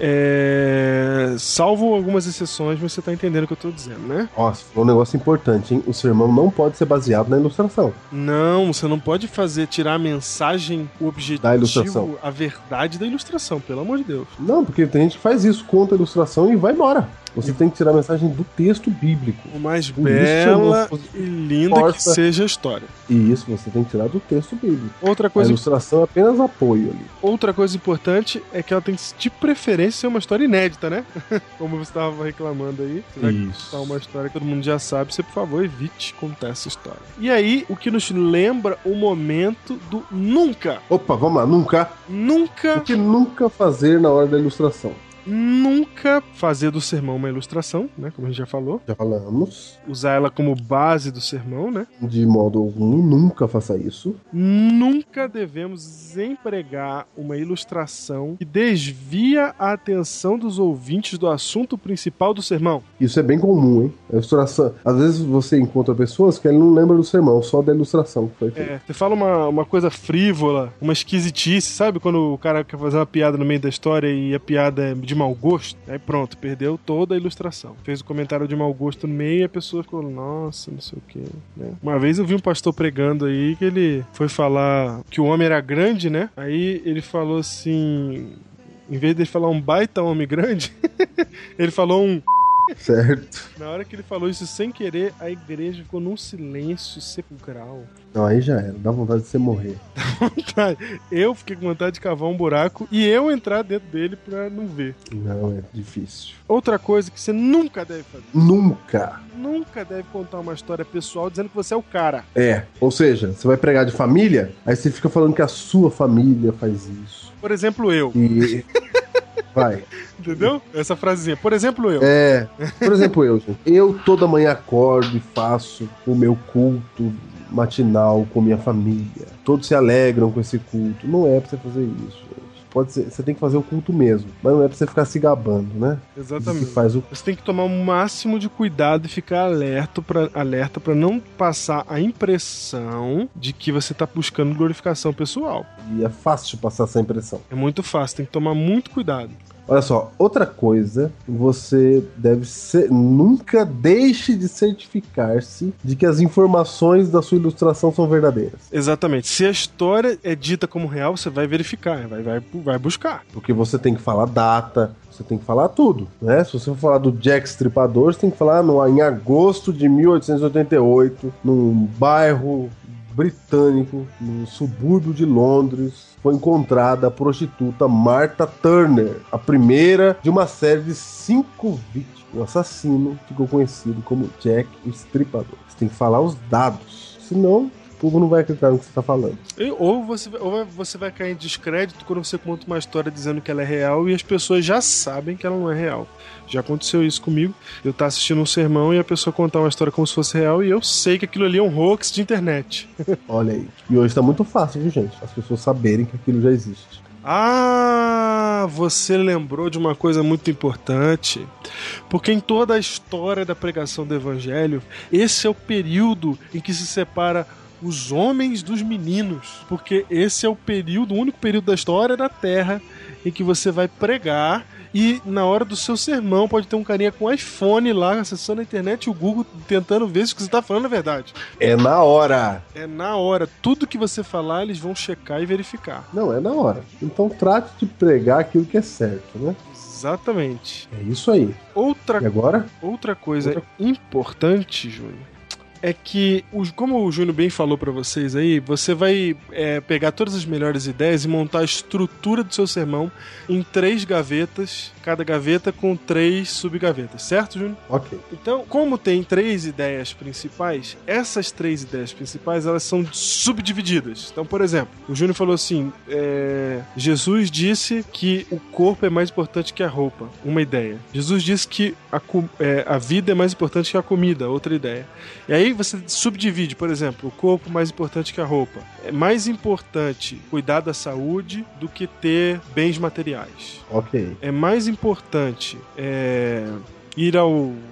Salvo algumas exceções, mas você tá entendendo o que eu tô dizendo, né? Nossa, foi um negócio importante, hein? O sermão não pode ser baseado na ilustração. Não, você não pode tirar a mensagem, o objetivo, da ilustração, a verdade da ilustração, pelo amor de Deus. Não, porque tem gente que faz isso, conta a ilustração e vai embora. Você tem que tirar a mensagem do texto bíblico. O mais bela e linda que seja a história. E isso você tem que tirar do texto bíblico. Outra coisa... A ilustração é apenas apoio ali. Outra coisa importante é que ela tem que, de preferência, ser uma história inédita, né? Como você estava reclamando aí. Você vai contar uma história que todo mundo já sabe. Você, por favor, evite contar essa história. E aí, o que nos lembra o momento do nunca. Opa, vamos lá. Nunca. Nunca. O que nunca fazer na hora da ilustração? Nunca fazer do sermão uma ilustração, né? Como a gente já falou. Já falamos. Usar ela como base do sermão, né? De modo algum, nunca faça isso. Nunca devemos empregar uma ilustração que desvia a atenção dos ouvintes do assunto principal do sermão. Isso é bem comum, hein? A ilustração. Às vezes você encontra pessoas que não lembram do sermão, só da ilustração que foi feita. Você fala uma coisa frívola, uma esquisitice, sabe? Quando o cara quer fazer uma piada no meio da história e a piada é de mau gosto, aí pronto, perdeu toda a ilustração. Fez o comentário de mau gosto no meio e a pessoa ficou, nossa, não sei o que, né? Uma vez eu vi um pastor pregando aí que ele foi falar que o homem era grande, né? Aí ele falou assim, em vez de ele falar um baita homem grande, ele falou um... Certo. Na hora que ele falou isso sem querer, a igreja ficou num silêncio sepulcral. Não, aí já era. Dá vontade de você morrer. Eu fiquei com vontade de cavar um buraco e eu entrar dentro dele pra não ver. Não, é difícil. Outra coisa que você nunca deve fazer. Nunca. Nunca deve contar uma história pessoal dizendo que você é o cara. Ou seja, você vai pregar de família, aí você fica falando que a sua família faz isso. Por exemplo, eu. E... Vai. Entendeu? Essa frasezinha. Por exemplo, eu. Por exemplo, eu, gente. Eu toda manhã acordo e faço o meu culto matinal com minha família. Todos se alegram com esse culto. Não é pra você fazer isso, gente. Pode ser, você tem que fazer o culto mesmo, mas não é pra você ficar se gabando, né? Exatamente. Faz o... Você tem que tomar o máximo de cuidado e ficar alerta pra não passar a impressão de que você tá buscando glorificação pessoal. E é fácil passar essa impressão. É muito fácil, tem que tomar muito cuidado. Olha só, outra coisa, você deve ser, nunca deixe de certificar-se de que as informações da sua ilustração são verdadeiras. Exatamente. Se a história é dita como real, você vai verificar, vai buscar. Porque você tem que falar data, você tem que falar tudo, né? Se você for falar do Jack Stripador, você tem que falar em agosto de 1888, num bairro britânico, no subúrbio de Londres, foi encontrada a prostituta Martha Turner, a primeira de uma série de 5 vítimas. O assassino ficou conhecido como Jack o Estripador. Você tem que falar os dados, senão o povo não vai acreditar no que você está falando. Ou você vai cair em descrédito quando você conta uma história dizendo que ela é real e as pessoas já sabem que ela não é real. Já aconteceu isso comigo. Eu tava assistindo um sermão e a pessoa contar uma história como se fosse real e eu sei que aquilo ali é um hoax de internet. Olha aí. E hoje tá muito fácil, viu, gente? As pessoas saberem que aquilo já existe. Ah, você lembrou de uma coisa muito importante. Porque em toda a história da pregação do evangelho, esse é o período em que se separa os homens dos meninos. Porque esse é o único período da história da Terra em que você vai pregar e na hora do seu sermão pode ter um carinha com iPhone lá acessando a internet e o Google tentando ver se o que você tá falando é verdade. É na hora. É na hora. Tudo que você falar eles vão checar e verificar. Não, é na hora. Então trate de pregar aquilo que é certo, né? Exatamente. É isso aí. E agora? Outra coisa importante, Júnior, é que, como o Júnior bem falou pra vocês aí, você vai pegar todas as melhores ideias e montar a estrutura do seu sermão em 3 gavetas, cada gaveta com 3 subgavetas, certo, Júnior? Ok. Então, como tem 3 ideias principais, essas 3 ideias principais, elas são subdivididas. Então, por exemplo, o Júnior falou assim, Jesus disse que o corpo é mais importante que a roupa, uma ideia. Jesus disse que a vida é mais importante que a comida, outra ideia. E aí você subdivide, por exemplo, o corpo mais importante que a roupa. É mais importante cuidar da saúde do que ter bens materiais. Ok. É mais importante ir ao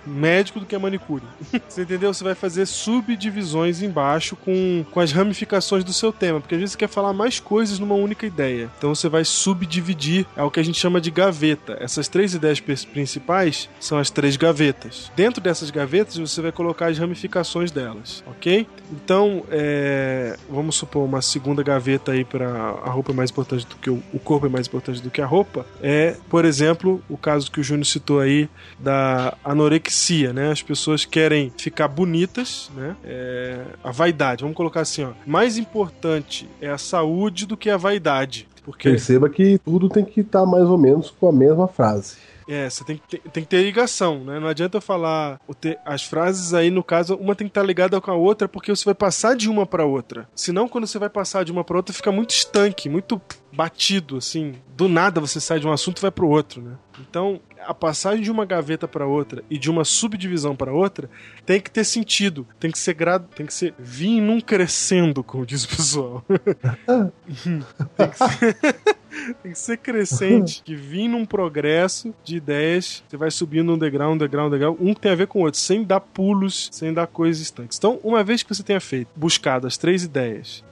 médico do que manicure. Você entendeu? Você vai fazer subdivisões embaixo com as ramificações do seu tema, porque às vezes você quer falar mais coisas numa única ideia. Então você vai subdividir, é o que a gente chama de gaveta. Essas 3 ideias principais são as 3 gavetas. Dentro dessas gavetas você vai colocar as ramificações delas, ok? Então, vamos supor uma segunda gaveta aí para a roupa é mais importante do que o corpo é mais importante do que a roupa, por exemplo, o caso que o Júnior citou aí da anorexia, né? As pessoas querem ficar bonitas, né? A vaidade, vamos colocar assim, ó. Mais importante é a saúde do que a vaidade. Porque... Perceba que tudo tem que estar mais ou menos com a mesma frase. Você tem que ter ligação, né? Não adianta eu falar... As frases aí, no caso, uma tem que estar ligada com a outra, porque você vai passar de uma para outra. Senão, quando você vai passar de uma para outra, fica muito estanque, muito batido, assim. Do nada você sai de um assunto e vai pro outro, né? Então, a passagem de uma gaveta para outra e de uma subdivisão para outra tem que ter sentido. Tem que ser vir num crescendo, como diz o pessoal. Tem que ser crescente, que vir num progresso de ideias, você vai subindo um degrau, um que tem a ver com o outro, sem dar pulos, sem dar coisas estanques. Então, uma vez que você tenha buscado as 3 ideias,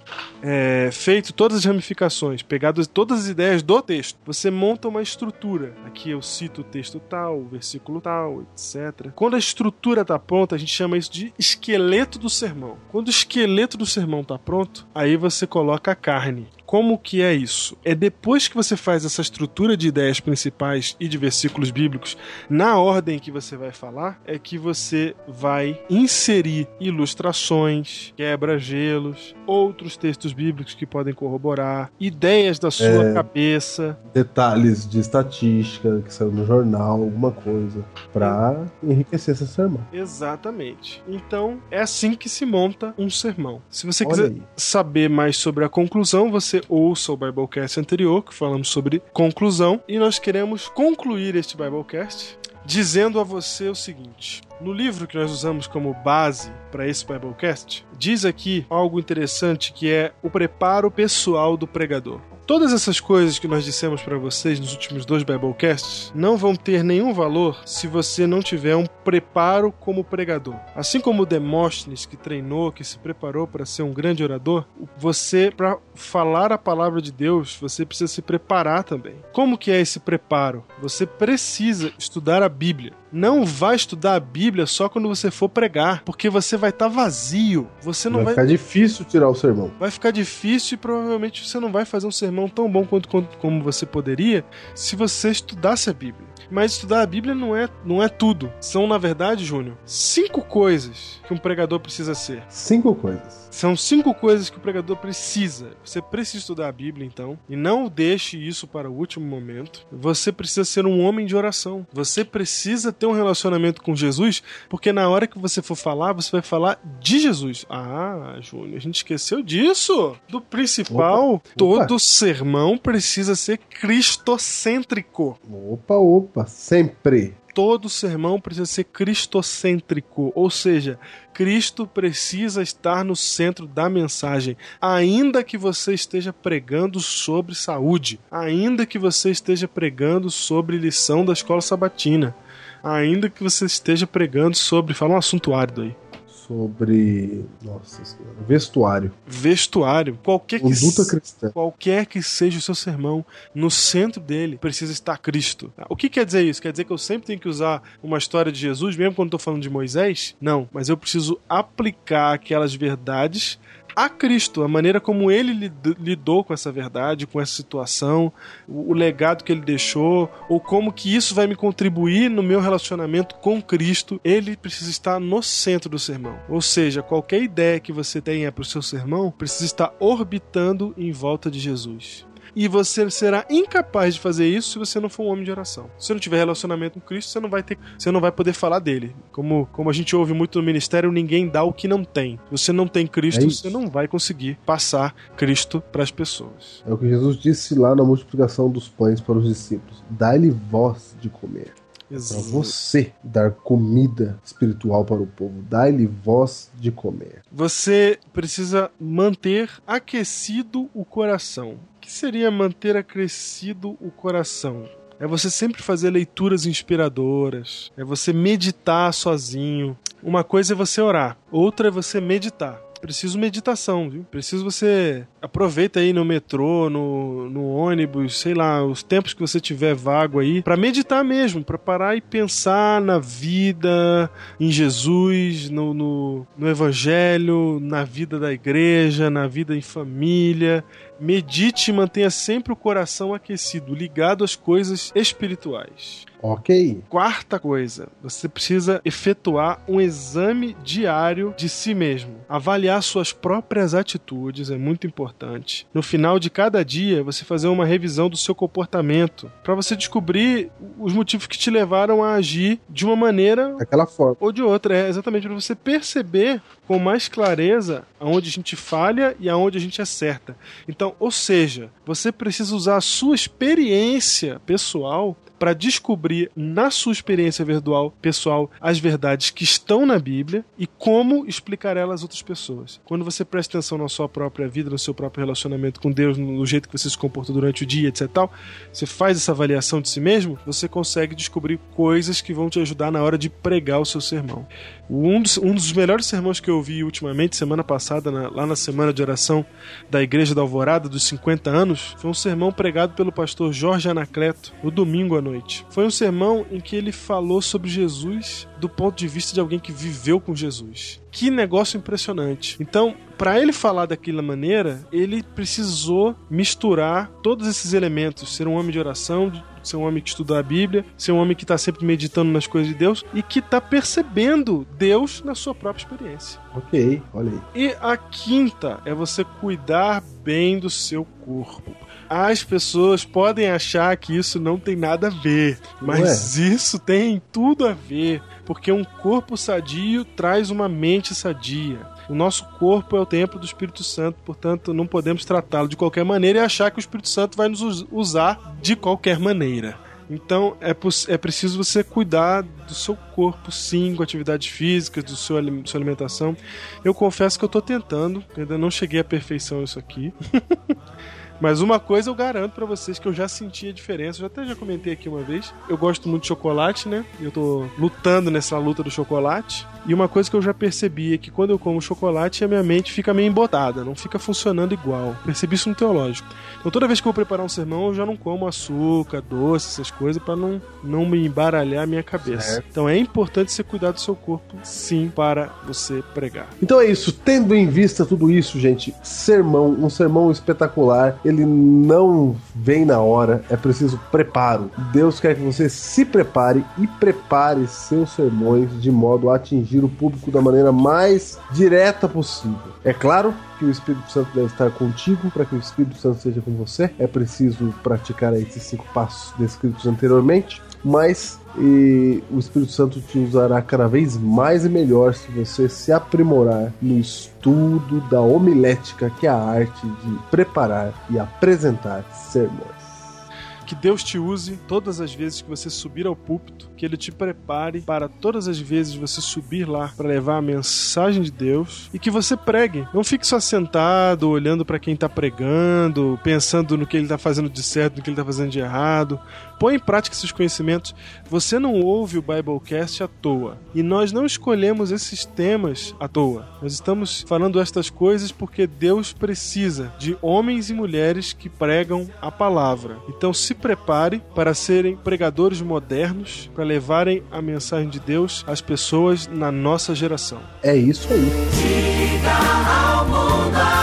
feito todas as ramificações, pegado todas as ideias do texto, você monta uma estrutura. Aqui eu cito o texto tal, o versículo tal, etc. Quando a estrutura está pronta, a gente chama isso de esqueleto do sermão. Quando o esqueleto do sermão está pronto, aí você coloca a carne. Como que é isso? É depois que você faz essa estrutura de ideias principais e de versículos bíblicos na ordem que você vai falar, é que você vai inserir ilustrações, quebra-gelos, outros textos bíblicos que podem corroborar, ideias da sua cabeça. Detalhes de estatística que saiu no jornal, alguma coisa, para enriquecer esse sermão. Exatamente. Então, é assim que se monta um sermão. Se você quiser saber mais sobre a conclusão, você ouça o Biblecast anterior, que falamos sobre conclusão, e nós queremos concluir este Biblecast dizendo a você o seguinte: no livro que nós usamos como base para esse Biblecast, diz aqui algo interessante, que é o preparo pessoal do pregador. Todas essas coisas que nós dissemos para vocês nos últimos 2 Biblecasts não vão ter nenhum valor se você não tiver um preparo como pregador. Assim como o Demóstenes, que treinou, que se preparou para ser um grande orador, você, para falar a palavra de Deus, você precisa se preparar também. Como que é esse preparo? Você precisa estudar a Bíblia. Não vai estudar a Bíblia só quando você for pregar, porque você vai estar vazio. Você não vai ficar difícil tirar o sermão. Vai ficar difícil e provavelmente você não vai fazer um sermão tão bom como você poderia se você estudasse a Bíblia. Mas estudar a Bíblia não é tudo. São, na verdade, Júnior, 5 coisas que um pregador precisa ser. 5 coisas. São 5 coisas que o pregador precisa. Você precisa estudar a Bíblia, então, e não deixe isso para o último momento. Você precisa ser um homem de oração. Você precisa ter um relacionamento com Jesus, porque na hora que você for falar, você vai falar de Jesus. Ah, Júnior, a gente esqueceu disso. Do principal, Opa. Todo sermão precisa ser cristocêntrico. Opa, sempre. Todo sermão precisa ser cristocêntrico, ou seja, Cristo precisa estar no centro da mensagem, ainda que você esteja pregando sobre saúde, ainda que você esteja pregando sobre lição da escola sabatina, ainda que você esteja pregando sobre... Fala um assunto árido aí. Sobre... Nossa Senhora. Vestuário. Qualquer que seja o seu sermão, no centro dele precisa estar Cristo. O que quer dizer isso? Quer dizer que eu sempre tenho que usar uma história de Jesus, mesmo quando estou falando de Moisés? Não, mas eu preciso aplicar aquelas verdades a Cristo, a maneira como ele lidou com essa verdade, com essa situação, o legado que ele deixou, ou como que isso vai me contribuir no meu relacionamento com Cristo. Ele precisa estar no centro do sermão. Ou seja, qualquer ideia que você tenha para o seu sermão precisa estar orbitando em volta de Jesus. E você será incapaz de fazer isso se você não for um homem de oração. Se você não tiver relacionamento com Cristo, você não vai poder falar dele. Como a gente ouve muito no ministério, ninguém dá o que não tem. Se você não tem Cristo, você não vai conseguir passar Cristo para as pessoas. É o que Jesus disse lá na multiplicação dos pães para os discípulos: dá-lhe voz de comer. Para você dar comida espiritual para o povo, dá-lhe voz de comer. Você precisa manter aquecido o coração. O que seria manter aquecido o coração? é você sempre fazer leituras inspiradoras, é você meditar sozinho. Uma coisa é você orar, outra é você meditar. Preciso meditação, viu? Preciso você... Aproveita aí no metrô, no ônibus, sei lá, os tempos que você tiver vago aí, pra meditar mesmo, pra parar e pensar na vida, em Jesus, no Evangelho, na vida da igreja, na vida em família. Medite e mantenha sempre o coração aquecido, ligado às coisas espirituais. Ok. Quarta coisa, você precisa efetuar um exame diário de si mesmo. Avaliar suas próprias atitudes é muito importante. No final de cada dia, você fazer uma revisão do seu comportamento, para você descobrir os motivos que te levaram a agir de uma maneira daquela forma ou de outra. É exatamente para você perceber com mais clareza aonde a gente falha e aonde a gente acerta. Então, ou seja, você precisa usar a sua experiência pessoal para descobrir na sua experiência pessoal as verdades que estão na Bíblia e como explicar elas às outras pessoas. Quando você presta atenção na sua própria vida, no seu próprio relacionamento com Deus, no jeito que você se comporta durante o dia, etc. Você faz essa avaliação de si mesmo, você consegue descobrir coisas que vão te ajudar na hora de pregar o seu sermão. Um dos melhores sermões que eu ouvi ultimamente, semana passada, lá na semana de oração da Igreja da Alvorada, dos 50 anos, foi um sermão pregado pelo pastor Jorge Anacleto, no domingo à noite. Foi um sermão em que ele falou sobre Jesus do ponto de vista de alguém que viveu com Jesus. Que negócio impressionante. Então, para ele falar daquela maneira, ele precisou misturar todos esses elementos, ser um homem de oração, ser um homem que estuda a Bíblia, ser um homem que está sempre meditando nas coisas de Deus e que está percebendo Deus na sua própria experiência. Ok, olha aí. E a quinta é você cuidar bem do seu corpo. As pessoas podem achar que isso não tem nada a ver, mas isso tem tudo a ver, porque um corpo sadio traz uma mente sadia. O nosso corpo é o templo do Espírito Santo, portanto não podemos tratá-lo de qualquer maneira e achar que o Espírito Santo vai nos usar de qualquer maneira. Então é preciso você cuidar do seu corpo, sim, com atividades físicas, sua alimentação. Eu confesso que eu estou tentando, ainda não cheguei à perfeição isso aqui. Mas uma coisa eu garanto pra vocês que eu já senti a diferença. Eu até já comentei aqui uma vez. Eu gosto muito de chocolate, né? Eu tô lutando nessa luta do chocolate. E uma coisa que eu já percebi é que quando eu como chocolate, a minha mente fica meio embotada, não fica funcionando igual. Percebi isso no teológico. Então toda vez que eu vou preparar um sermão, eu já não como açúcar, doce, essas coisas, pra não me embaralhar a minha cabeça. Certo. Então é importante você cuidar do seu corpo, sim, para você pregar. Então é isso. Tendo em vista tudo isso, gente, um sermão espetacular. Ele não vem na hora, é preciso preparo. Deus quer que você se prepare e prepare seus sermões de modo a atingir o público da maneira mais direta possível. É claro que o Espírito Santo deve estar contigo para que o Espírito Santo seja com você. É preciso praticar esses 5 passos descritos anteriormente, mas o Espírito Santo te usará cada vez mais e melhor se você se aprimorar no estudo da homilética, que é a arte de preparar e apresentar sermões. Que Deus te use todas as vezes que você subir ao púlpito, que Ele te prepare para todas as vezes você subir lá para levar a mensagem de Deus e que você pregue. Não fique só sentado, olhando para quem está pregando, pensando no que ele está fazendo de certo, no que ele está fazendo de errado. Põe em prática esses conhecimentos. Você não ouve o Biblecast à toa. E nós não escolhemos esses temas à toa. Nós estamos falando estas coisas porque Deus precisa de homens e mulheres que pregam a palavra. Então se prepare para serem pregadores modernos, para levarem a mensagem de Deus às pessoas na nossa geração. É isso aí. Diga ao mundo.